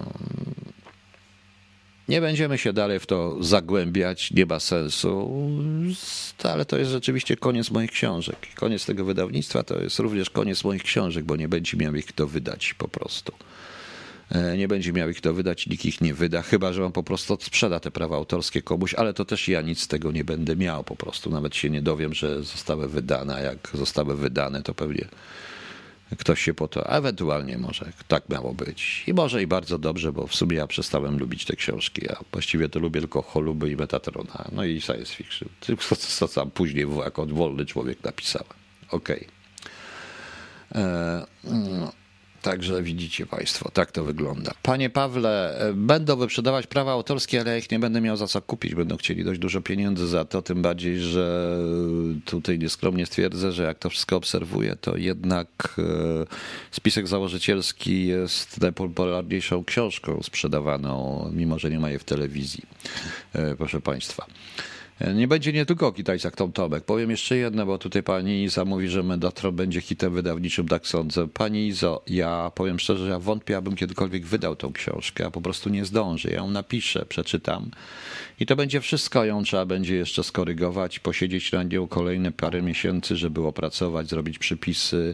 nie będziemy się dalej w to zagłębiać, nie ma sensu, ale to jest rzeczywiście koniec moich książek. Koniec tego wydawnictwa to jest również koniec moich książek, bo nie będzie miał ich kto wydać po prostu. Nie będzie miał ich kto wydać, nikt ich nie wyda, chyba że on po prostu sprzeda te prawa autorskie komuś, ale to też ja nic z tego nie będę miał po prostu. Nawet się nie dowiem, że zostały wydane, a jak zostały wydane, to pewnie ktoś się po to, a ewentualnie może tak miało być. I może i bardzo dobrze, bo w sumie ja przestałem lubić te książki. Ja właściwie to lubię tylko Choluby i Metatrona, no i science fiction. Tylko co, co sam później jako wolny człowiek napisałem. Okej. Okay. No. Także widzicie państwo, tak to wygląda. Panie Pawle, będą wyprzedawać prawa autorskie, ale ja ich nie będę miał za co kupić. Będą chcieli dość dużo pieniędzy za to, tym bardziej, że tutaj nieskromnie stwierdzę, że jak to wszystko obserwuję, to jednak spisek założycielski jest najpopularniejszą książką sprzedawaną, mimo że nie ma jej w telewizji, proszę państwa. Nie będzie nie tylko o Kitajcach Tom Tomek. Powiem jeszcze jedno, bo tutaj pani Iza mówi, że Medatron będzie hitem wydawniczym, tak sądzę. Pani Izo, ja powiem szczerze, że ja wątpię, abym kiedykolwiek wydał tą książkę. Ja po prostu nie zdążę. Ja ją napiszę, przeczytam i to będzie wszystko. Ją trzeba będzie jeszcze skorygować, posiedzieć nad nią kolejne parę miesięcy, żeby opracować, zrobić przypisy,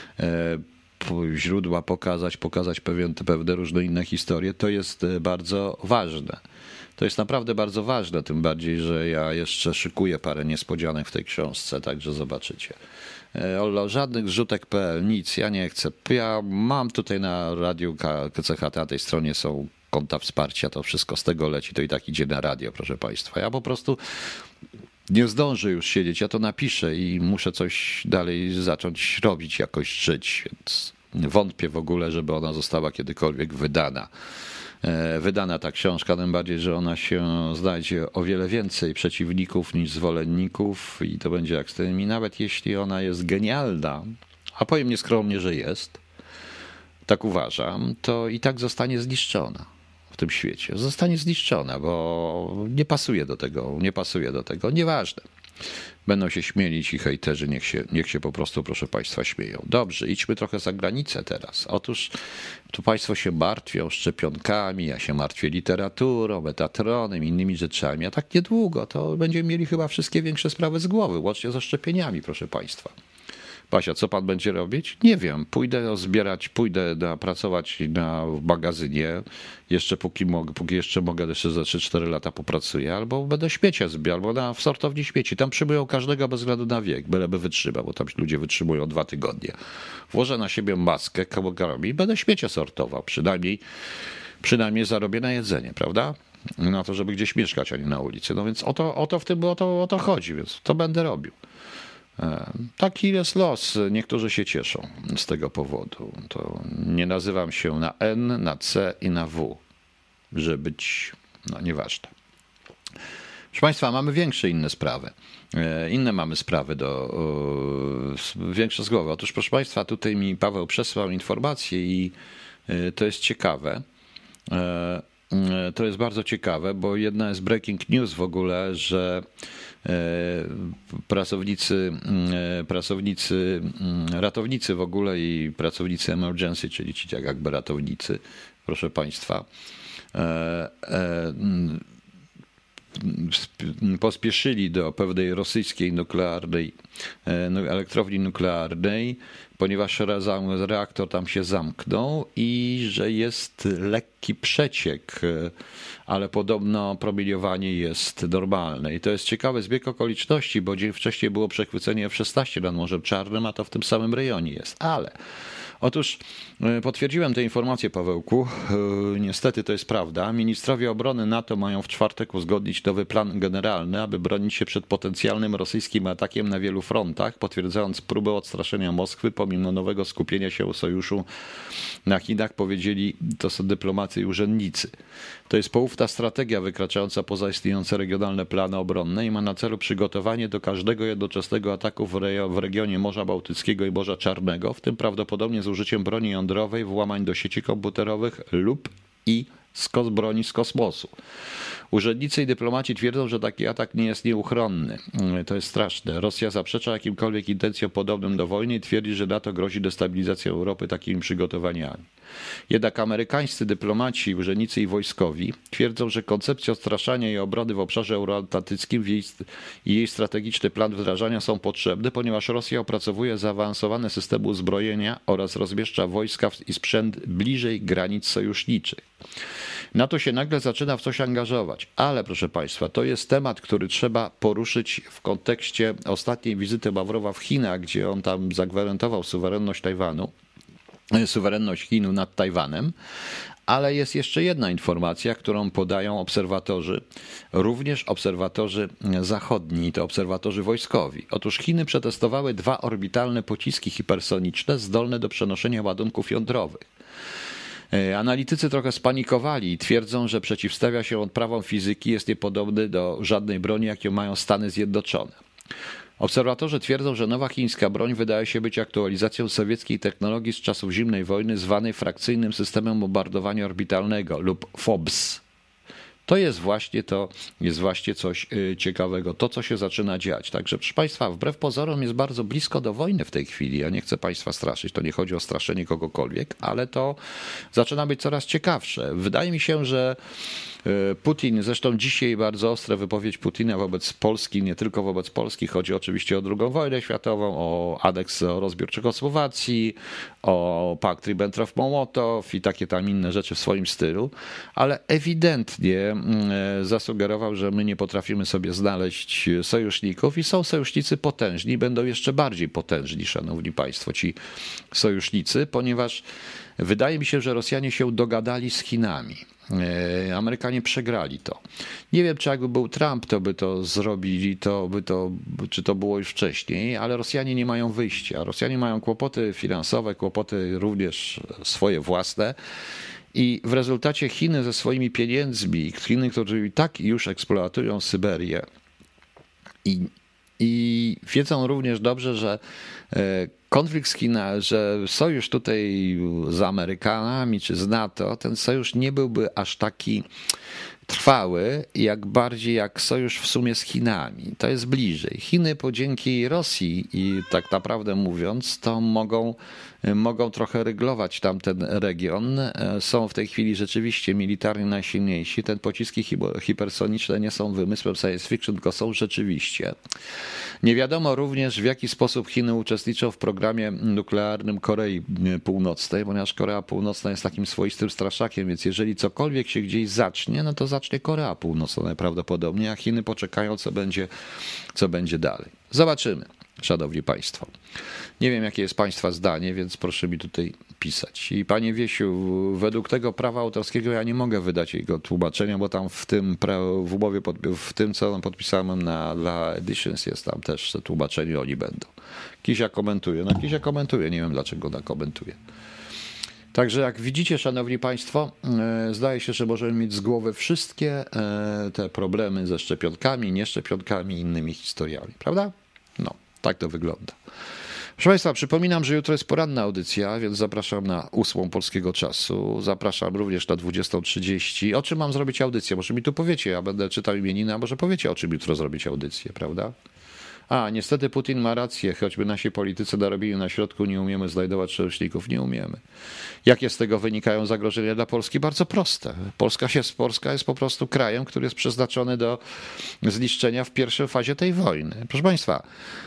źródła pokazać, pokazać pewien, pewne różne inne historie. To jest bardzo ważne. To jest naprawdę bardzo ważne, tym bardziej, że ja jeszcze szykuję parę niespodzianek w tej książce, także zobaczycie. O żadnych zrzutek kropka pe el, nic, ja nie chcę. Ja mam tutaj na radiu K C H T, na tej stronie są konta wsparcia, to wszystko z tego leci, to i tak idzie na radio, proszę państwa. Ja po prostu nie zdążę już siedzieć, ja to napiszę i muszę coś dalej zacząć robić, jakoś żyć, więc wątpię w ogóle, żeby ona została kiedykolwiek wydana. Wydana ta książka, tym bardziej, że ona się znajdzie o wiele więcej przeciwników niż zwolenników i to będzie jak z tym. I nawet jeśli ona jest genialna, a powiem nieskromnie, że jest, tak uważam, to i tak zostanie zniszczona w tym świecie. Zostanie zniszczona, bo nie pasuje do tego, nie pasuje do tego, nieważne. Będą się śmielić i hejterzy, niech się, niech się po prostu, proszę państwa, śmieją. Dobrze, idźmy trochę za granicę teraz. Otóż tu państwo się martwią szczepionkami, ja się martwię literaturą, Metatronem, innymi rzeczami, a tak niedługo to będziemy mieli chyba wszystkie większe sprawy z głowy, łącznie ze szczepieniami, proszę państwa. Basia, co pan będzie robić? Nie wiem. Pójdę zbierać, pójdę na, pracować na, w magazynie, jeszcze póki mogę, póki jeszcze mogę, jeszcze za trzy cztery lata popracuję, albo będę śmiecia zbierał, albo na, w sortowni śmieci. Tam przyjmują każdego bez względu na wiek, byleby wytrzyma, bo tam ludzie wytrzymują dwa tygodnie. Włożę na siebie maskę, kałagarami i będę śmiecie sortował. Przynajmniej, przynajmniej zarobię na jedzenie, prawda? Na to, żeby gdzieś mieszkać, a nie na ulicy. No więc o to, o to w tym o to, o to chodzi, więc to będę robił. Taki jest los. Niektórzy się cieszą z tego powodu. To nie nazywam się na N, na C i na W, żeby być, no nieważne. Proszę państwa, mamy większe inne sprawy. Inne mamy sprawy do większe z głowy. Otóż, proszę państwa, tutaj mi Paweł przesłał informację i to jest ciekawe. To jest bardzo ciekawe, bo jedna jest breaking news w ogóle, że pracownicy, pracownicy, ratownicy w ogóle i pracownicy emergency, czyli ci tak jakby ratownicy, proszę państwa, pospieszyli do pewnej rosyjskiej nuklearnej elektrowni nuklearnej, ponieważ reaktor tam się zamknął i że jest lekki przeciek, ale podobno promieniowanie jest normalne. I to jest ciekawy zbieg okoliczności, bo dzień wcześniej było przechwycenie F szesnaście nad Morzem Czarnym, a to w tym samym rejonie jest. Ale Otóż potwierdziłem tę informację, Pawełku. Niestety to jest prawda. Ministrowie obrony NATO mają w czwartek uzgodnić nowy plan generalny, aby bronić się przed potencjalnym rosyjskim atakiem na wielu frontach, potwierdzając próbę odstraszenia Moskwy pomimo nowego skupienia się sojuszu na Chinach, powiedzieli to są dyplomacy i urzędnicy. To jest poufna strategia wykraczająca poza istniejące regionalne plany obronne i ma na celu przygotowanie do każdego jednoczesnego ataku w, re- w regionie Morza Bałtyckiego i Morza Czarnego, w tym prawdopodobnie z użyciem broni jądrowej, włamań do sieci komputerowych lub i z kos- broni z kosmosu. Urzędnicy i dyplomaci twierdzą, że taki atak nie jest nieuchronny. To jest straszne. Rosja zaprzecza jakimkolwiek intencjom podobnym do wojny i twierdzi, że NATO grozi destabilizacją Europy takimi przygotowaniami. Jednak amerykańscy dyplomaci, urzędnicy i wojskowi twierdzą, że koncepcja odstraszania i obrony w obszarze euroatlantyckim i jej strategiczny plan wdrażania są potrzebne, ponieważ Rosja opracowuje zaawansowane systemy uzbrojenia oraz rozmieszcza wojska i sprzęt bliżej granic sojuszniczych. NATO się nagle zaczyna w coś angażować, ale proszę Państwa, to jest temat, który trzeba poruszyć w kontekście ostatniej wizyty Ławrowa w Chinach, gdzie on tam zagwarantował suwerenność Tajwanu, suwerenność Chin nad Tajwanem, ale jest jeszcze jedna informacja, którą podają obserwatorzy, również obserwatorzy zachodni, to obserwatorzy wojskowi. Otóż Chiny przetestowały dwa orbitalne pociski hipersoniczne zdolne do przenoszenia ładunków jądrowych. Analitycy trochę spanikowali i twierdzą, że przeciwstawia się on prawom fizyki, jest niepodobny do żadnej broni, jaką mają Stany Zjednoczone. Obserwatorzy twierdzą, że nowa chińska broń wydaje się być aktualizacją sowieckiej technologii z czasów zimnej wojny zwanej frakcyjnym systemem bombardowania orbitalnego lub F O B S. To jest właśnie to, jest właśnie coś ciekawego, to co się zaczyna dziać. Także proszę Państwa, wbrew pozorom jest bardzo blisko do wojny w tej chwili. Ja nie chcę Państwa straszyć, to nie chodzi o straszenie kogokolwiek, ale to zaczyna być coraz ciekawsze. Wydaje mi się, że Putin, zresztą dzisiaj bardzo ostra wypowiedź Putina wobec Polski, nie tylko wobec Polski, chodzi oczywiście o drugą wojnę światową, o aneks, o rozbiór Czechosłowacji, o pakt Ribbentrop-Mołotow i takie tam inne rzeczy w swoim stylu, ale ewidentnie zasugerował, że my nie potrafimy sobie znaleźć sojuszników i są sojusznicy potężni, będą jeszcze bardziej potężni, szanowni państwo, ci sojusznicy, ponieważ wydaje mi się, że Rosjanie się dogadali z Chinami. Amerykanie przegrali to. Nie wiem, czy jakby był Trump, to by to zrobili, to by to, czy to było już wcześniej, ale Rosjanie nie mają wyjścia. Rosjanie mają kłopoty finansowe, kłopoty również swoje własne. I w rezultacie Chiny ze swoimi pieniędzmi, Chiny, które i tak już eksploatują Syberię i, i wiedzą również dobrze, że konflikt z Chinami, że sojusz tutaj z Amerykanami czy z NATO, ten sojusz nie byłby aż taki trwały, jak bardziej jak sojusz w sumie z Chinami. To jest bliżej. Chiny po dzięki Rosji i tak naprawdę mówiąc, to mogą, mogą trochę ryglować tamten region. Są w tej chwili rzeczywiście militarnie najsilniejsi. Te pociski hipersoniczne nie są wymysłem science fiction, tylko są rzeczywiście. Nie wiadomo również, w jaki sposób Chiny uczestniczą w programie nuklearnym Korei Północnej, ponieważ Korea Północna jest takim swoistym straszakiem, więc jeżeli cokolwiek się gdzieś zacznie, no to zacznie Korea Północna najprawdopodobniej, a Chiny poczekają, co będzie, co będzie dalej. Zobaczymy, szanowni państwo. Nie wiem, jakie jest państwa zdanie, więc proszę mi tutaj pisać. I panie Wiesiu, według tego prawa autorskiego ja nie mogę wydać jego tłumaczenia, bo tam w tym, w umowie, w tym, co podpisałem na dla Editions, jest tam też tłumaczenie, oni będą. Kisia komentuje. No Kisia komentuje, nie wiem, dlaczego ona komentuje. Także jak widzicie, szanowni państwo, zdaje się, że możemy mieć z głowy wszystkie te problemy ze szczepionkami, nieszczepionkami i innymi historiami, prawda? No, tak to wygląda. Proszę Państwa, przypominam, że jutro jest poranna audycja, więc zapraszam na ósmą polskiego czasu. Zapraszam również na dwudziestą trzydzieści. O czym mam zrobić audycję? Może mi tu powiecie, ja będę czytał imieniny, a może powiecie, o czym jutro zrobić audycję, prawda? A, niestety Putin ma rację, choćby nasi politycy narobili na środku, nie umiemy znajdować sojuszników, nie umiemy. Jakie z tego wynikają zagrożenia dla Polski? Bardzo proste. Polska, jest, Polska jest po prostu krajem, który jest przeznaczony do zniszczenia w pierwszej fazie tej wojny. Proszę Państwa,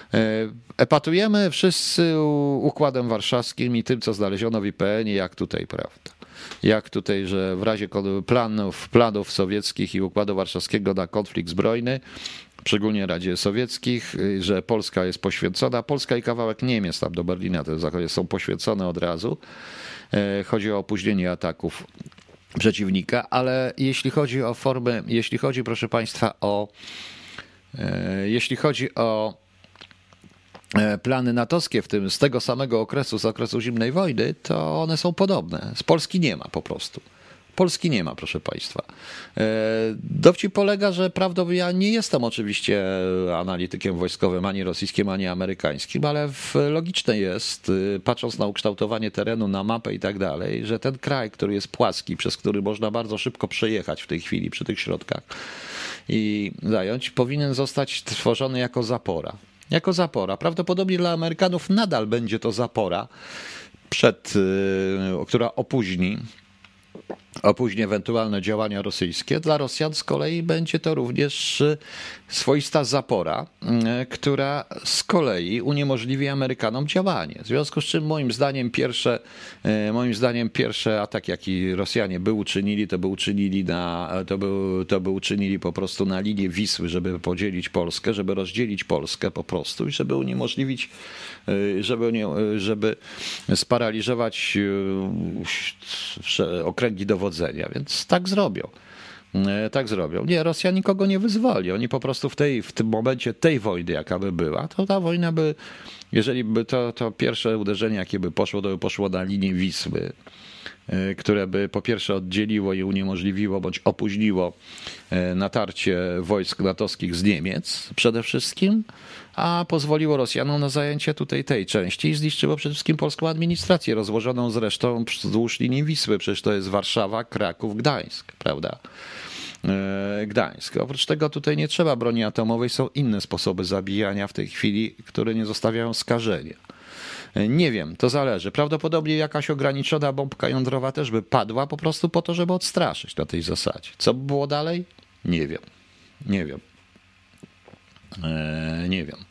epatujemy wszyscy Układem Warszawskim i tym, co znaleziono w I P N ie, jak tutaj, prawda? Jak tutaj, że w razie planów, planów sowieckich i Układu Warszawskiego na konflikt zbrojny, szczególnie Radzie Sowieckich, że Polska jest poświęcona. Polska i kawałek Niemiec tam do Berlina te zachodzie są poświęcone od razu. Chodzi o opóźnienie ataków przeciwnika, ale jeśli chodzi o formę, jeśli chodzi, proszę Państwa, o jeśli chodzi o plany natowskie, w tym z tego samego okresu, z okresu zimnej wojny, to one są podobne. Z Polski nie ma po prostu. Polski nie ma, proszę Państwa. Dowcip polega, że prawdą ja nie jestem oczywiście analitykiem wojskowym ani rosyjskim, ani amerykańskim, ale logiczne jest, patrząc na ukształtowanie terenu, na mapę i tak dalej, że ten kraj, który jest płaski, przez który można bardzo szybko przejechać w tej chwili przy tych środkach i zająć, powinien zostać stworzony jako zapora. Jako zapora. Prawdopodobnie dla Amerykanów nadal będzie to zapora, przed, która opóźni opóźni ewentualne działania rosyjskie. Dla Rosjan z kolei będzie to również swoista zapora, która z kolei uniemożliwi Amerykanom działanie. W związku z czym moim zdaniem pierwsze, moim zdaniem pierwszy atak, jaki Rosjanie by uczynili, to by uczynili na, to by, to by uczynili po prostu na linię Wisły, żeby podzielić Polskę, żeby rozdzielić Polskę po prostu i żeby uniemożliwić, żeby, żeby sparaliżować okręgi dowodzenia, więc tak zrobią. Tak zrobią. Nie, Rosja nikogo nie wyzwoli. Oni po prostu w, tej, w tym momencie tej wojny, jaka by była, to ta wojna by, jeżeli by to, to pierwsze uderzenie, jakie by poszło, to by poszło na linię Wisły, które by po pierwsze oddzieliło i uniemożliwiło bądź opóźniło natarcie wojsk natowskich z Niemiec przede wszystkim, a pozwoliło Rosjanom na zajęcie tutaj tej części i zniszczyło przede wszystkim polską administrację, rozłożoną zresztą wzdłuż linii Wisły. Przecież to jest Warszawa, Kraków, Gdańsk, prawda? Gdańsk. Oprócz tego tutaj nie trzeba broni atomowej, są inne sposoby zabijania w tej chwili, które nie zostawiają skażenia. Nie wiem, to zależy. Prawdopodobnie jakaś ograniczona bombka jądrowa też by padła po prostu po to, żeby odstraszyć na tej zasadzie. Co by było dalej? Nie wiem. Nie wiem. Eee, nie wiem.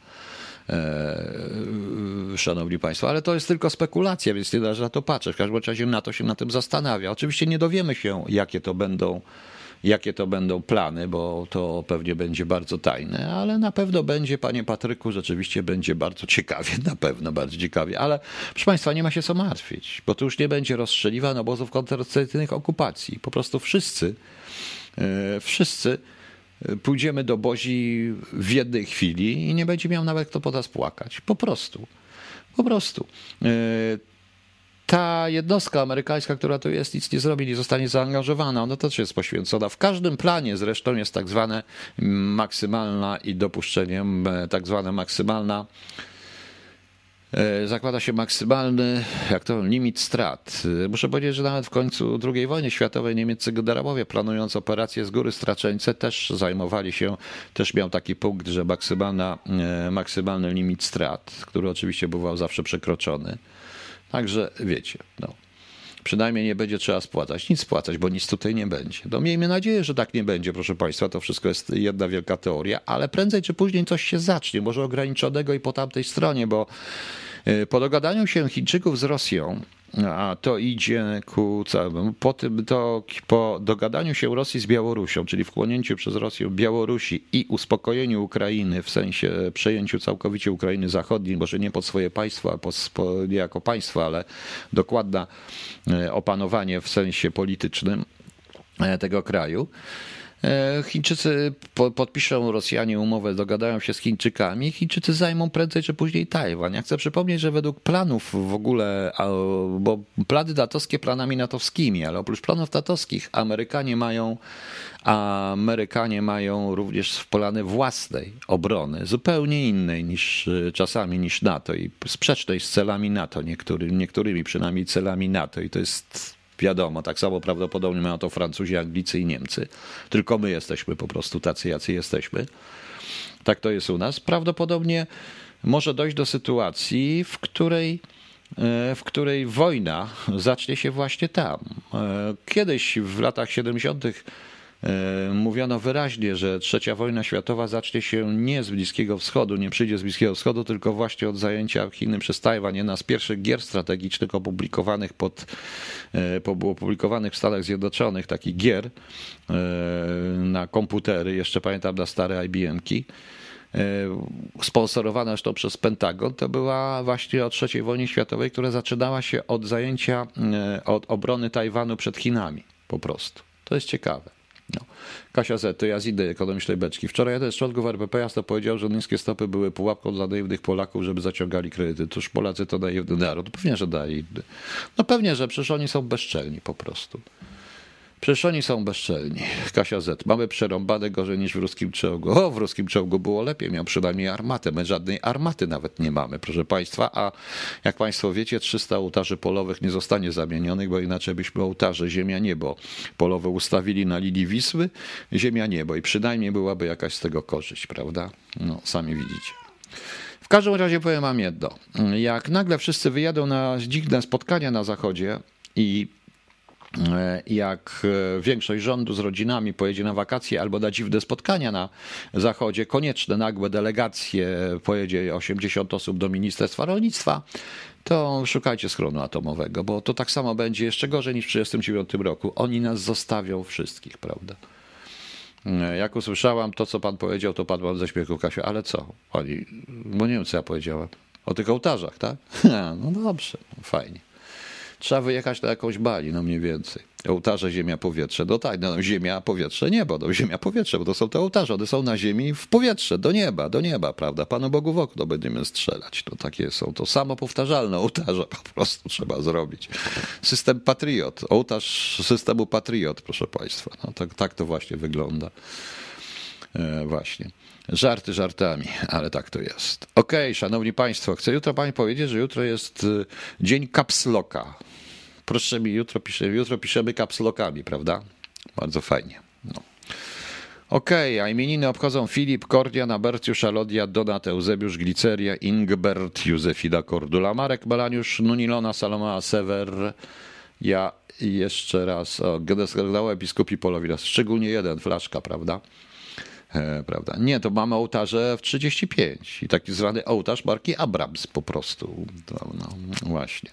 Eee, szanowni Państwo, ale to jest tylko spekulacja, więc nie należy na to patrzeć. W każdym razie NATO się na tym zastanawia. Oczywiście nie dowiemy się, jakie to będą jakie to będą plany, bo to pewnie będzie bardzo tajne, ale na pewno będzie, panie Patryku, rzeczywiście będzie bardzo ciekawie, na pewno bardzo ciekawie, ale proszę Państwa, nie ma się co martwić, bo tu już nie będzie rozstrzeliwan obozów kontracyjnych okupacji. Po prostu wszyscy, wszyscy pójdziemy do Bozi w jednej chwili i nie będzie miał nawet kto po nas płakać. Po prostu. Po prostu. Ta jednostka amerykańska, która tu jest, nic nie zrobi, nie zostanie zaangażowana. Ona też jest poświęcona. W każdym planie zresztą jest tak zwane maksymalna i dopuszczeniem tak zwana maksymalna, zakłada się maksymalny, jak to, limit strat. Muszę powiedzieć, że nawet w końcu drugiej wojny światowej niemieccy generałowie, planując operację z góry Straceńce, też zajmowali się, też miał taki punkt, że maksymalna, maksymalny limit strat, który oczywiście bywał zawsze przekroczony. Także wiecie, no, przynajmniej nie będzie trzeba spłacać, nic spłacać, bo nic tutaj nie będzie. No, miejmy nadzieję, że tak nie będzie, proszę Państwa, to wszystko jest jedna wielka teoria, ale prędzej czy później coś się zacznie, może ograniczonego i po tamtej stronie, bo po dogadaniu się Chińczyków z Rosją, a to idzie ku całemu, po tym to po dogadaniu się Rosji z Białorusią, czyli wchłonięciu przez Rosję Białorusi i uspokojeniu Ukrainy, w sensie przejęciu całkowicie Ukrainy Zachodniej, może nie pod swoje państwo, nie jako państwo, ale dokładne opanowanie w sensie politycznym tego kraju. Chińczycy podpiszą, Rosjanie umowę, dogadają się z Chińczykami, Chińczycy zajmą prędzej czy później Tajwan. Ja chcę przypomnieć, że według planów w ogóle, bo plany natowskie planami natowskimi, ale oprócz planów natowskich Amerykanie mają, Amerykanie mają również plany własnej obrony, zupełnie innej niż czasami niż NATO i sprzecznej z celami NATO, niektóry, niektórymi przynajmniej celami NATO i to jest wiadomo, tak samo prawdopodobnie mają to Francuzi, Anglicy i Niemcy. Tylko my jesteśmy po prostu tacy, jacy jesteśmy. Tak to jest u nas. Prawdopodobnie może dojść do sytuacji, w której, w której wojna zacznie się właśnie tam. Kiedyś w latach siedemdziesiątych mówiono wyraźnie, że trzecia wojna światowa zacznie się nie z Bliskiego Wschodu, nie przyjdzie z Bliskiego Wschodu, tylko właśnie od zajęcia Chin przez Tajwan. Jedna z pierwszych gier strategicznych opublikowanych pod, opublikowanych w Stanach Zjednoczonych, takich gier na komputery, jeszcze pamiętam na stare I B M-ki, sponsorowana zresztą przez Pentagon, to była właśnie o trzeciej wojnie światowej, która zaczynała się od zajęcia, od obrony Tajwanu przed Chinami po prostu. To jest ciekawe. No. Kasia Z, to ja z idei ekonomicznej beczki. Wczoraj jeden z członków R P P jasno powiedział, że niskie stopy były pułapką dla naiwnych Polaków, żeby zaciągali kredyty. Tuż Polacy to naiwny naród. Pewnie, że naiwny. No pewnie, że przecież oni są bezczelni po prostu. Przecież oni są bezczelni. Kasia Z. Mamy przerąbane gorzej niż w ruskim czołgu. O, w ruskim czołgu było lepiej, miał przynajmniej armatę. My żadnej armaty nawet nie mamy, proszę państwa. A jak państwo wiecie, trzysta ołtarzy polowych nie zostanie zamienionych, bo inaczej byśmy ołtarze ziemia-niebo polowe ustawili na linii Wisły, ziemia-niebo i przynajmniej byłaby jakaś z tego korzyść, prawda? No, sami widzicie. W każdym razie powiem wam jedno. Jak nagle wszyscy wyjadą na dziwne spotkania na zachodzie i jak większość rządu z rodzinami pojedzie na wakacje albo na dziwne spotkania na zachodzie, konieczne, nagłe delegacje, pojedzie osiemdziesiąt osób do Ministerstwa Rolnictwa, to szukajcie schronu atomowego, bo to tak samo będzie jeszcze gorzej niż w tysiąc dziewięćset trzydziestym dziewiątym roku. Oni nas zostawią wszystkich, prawda? Jak usłyszałam to, co pan powiedział, to padłam ze śmiechu, Kasiu, ale co? Oni, bo nie wiem, co ja powiedziałem. O tych ołtarzach, tak? No dobrze, fajnie. Trzeba wyjechać na jakąś Bali, no mniej więcej. Ołtarze, ziemia, powietrze. No tak, no ziemia, powietrze, niebo. No ziemia, powietrze, bo to są te ołtarze. One są na ziemi, w powietrze, do nieba, do nieba, prawda? Panu Bogu w okno będziemy strzelać. No takie są to samo powtarzalne ołtarze, po prostu trzeba zrobić. System Patriot, ołtarz systemu Patriot, proszę państwa. No tak, tak to właśnie wygląda. E, właśnie. Żarty żartami, ale tak to jest. Okej, okay, szanowni państwo, chcę jutro pani powiedzieć, że jutro jest dzień kapsloka. Proszę mi, jutro, pisze, jutro piszemy kapslokami, prawda? Bardzo fajnie. No. Okej, okay, a imieniny obchodzą Filip, Kordian, Abertiusz, Alodia, Donat, Eusebiusz, Gliceria, Ingbert, Józefina, Kordula, Marek, Melaniusz, Nunilona, Salomea, Sewer, ja i jeszcze raz, o, generał episkopi Polowi raz, szczególnie jeden, flaszka, prawda? Prawda? Nie, to mamy ołtarze w trzydzieści pięć i taki zwany ołtarz marki Abrams po prostu. No, no, właśnie.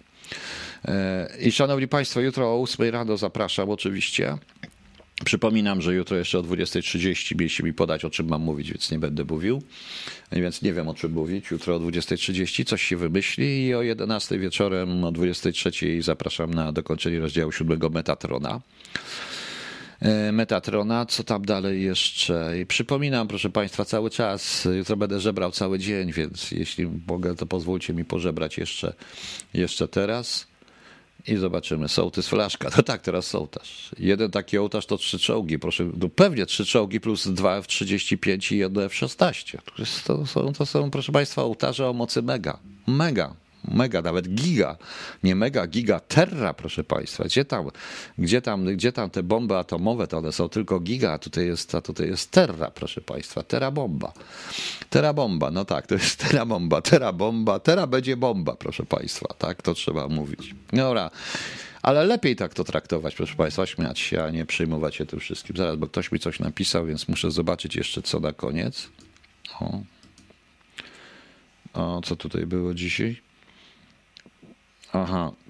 I szanowni państwo, jutro o ósmej rano zapraszam oczywiście. Przypominam, że jutro jeszcze o dwudziestej trzydzieści mieliście mi podać, o czym mam mówić, więc nie będę mówił. Więc nie wiem, o czym mówić. Jutro o dwudziestej trzydzieści coś się wymyśli i o jedenastej wieczorem, o dwudziestej trzeciej zapraszam na dokończenie rozdziału siódmego Metatrona. Metatrona, co tam dalej jeszcze? I przypominam, proszę państwa, cały czas, jutro będę żebrał cały dzień, więc jeśli mogę, to pozwólcie mi pożebrać jeszcze, jeszcze teraz i zobaczymy. Sołtys, flaszka, no tak, teraz sołtarz. Jeden taki ołtarz to trzy czołgi, proszę, no pewnie trzy czołgi plus dwa F trzydzieści pięć i jedno F szesnaście. To są, to są, proszę państwa, ołtarze o mocy mega, mega. Mega, nawet giga, nie mega, giga, terra, proszę państwa. Gdzie tam, gdzie tam, gdzie tam te bomby atomowe, to one są tylko giga, a tutaj jest, a tutaj jest terra, proszę państwa, terabomba. Terabomba, no tak, to jest terabomba, terabomba, tera będzie bomba, proszę państwa, tak, to trzeba mówić. Dobra, ale lepiej tak to traktować, proszę państwa, śmiać się, a nie przejmować się tym wszystkim. Zaraz, bo ktoś mi coś napisał, więc muszę zobaczyć jeszcze co na koniec. O, o co tutaj było dzisiaj? Aha.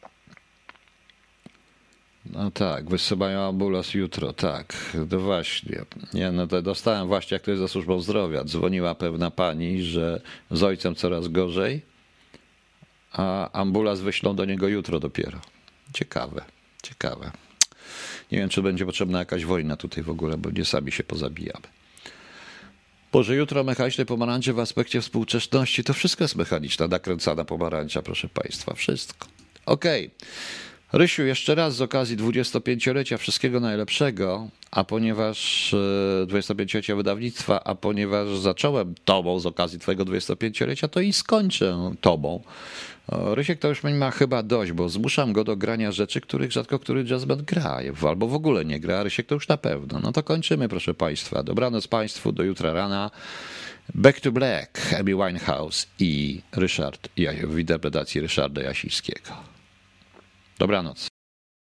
No tak, wysyłają ambulas jutro, tak, no właśnie. Nie, no to dostałem właśnie, jak to jest za służbą zdrowia. Dzwoniła pewna pani, że z ojcem coraz gorzej, a ambulas wyślą do niego jutro dopiero. Ciekawe, ciekawe. Nie wiem, czy będzie potrzebna jakaś wojna tutaj w ogóle, bo nie sami się pozabijamy. Boże, jutro mechaniczne pomarańcze w aspekcie współczesności, to wszystko jest mechaniczna, nakręcana pomarańcza, proszę państwa, wszystko. Okej. Okay. Rysiu, jeszcze raz z okazji dwudziestopięciolecia wszystkiego najlepszego, a ponieważ dwudziestopięciolecia wydawnictwa, a ponieważ zacząłem tobą z okazji twojego dwudziestopięciolecia, to i skończę tobą. Rysiek to już ma chyba dość, bo zmuszam go do grania rzeczy, których rzadko który jazzband gra, albo w ogóle nie gra, a Rysiek to już na pewno. No to kończymy, proszę państwa. Dobranoc państwu, do jutra rana. Back to Black, Amy Winehouse i Ryszard, w interpretacji Ryszarda Jasińskiego. Dobranoc.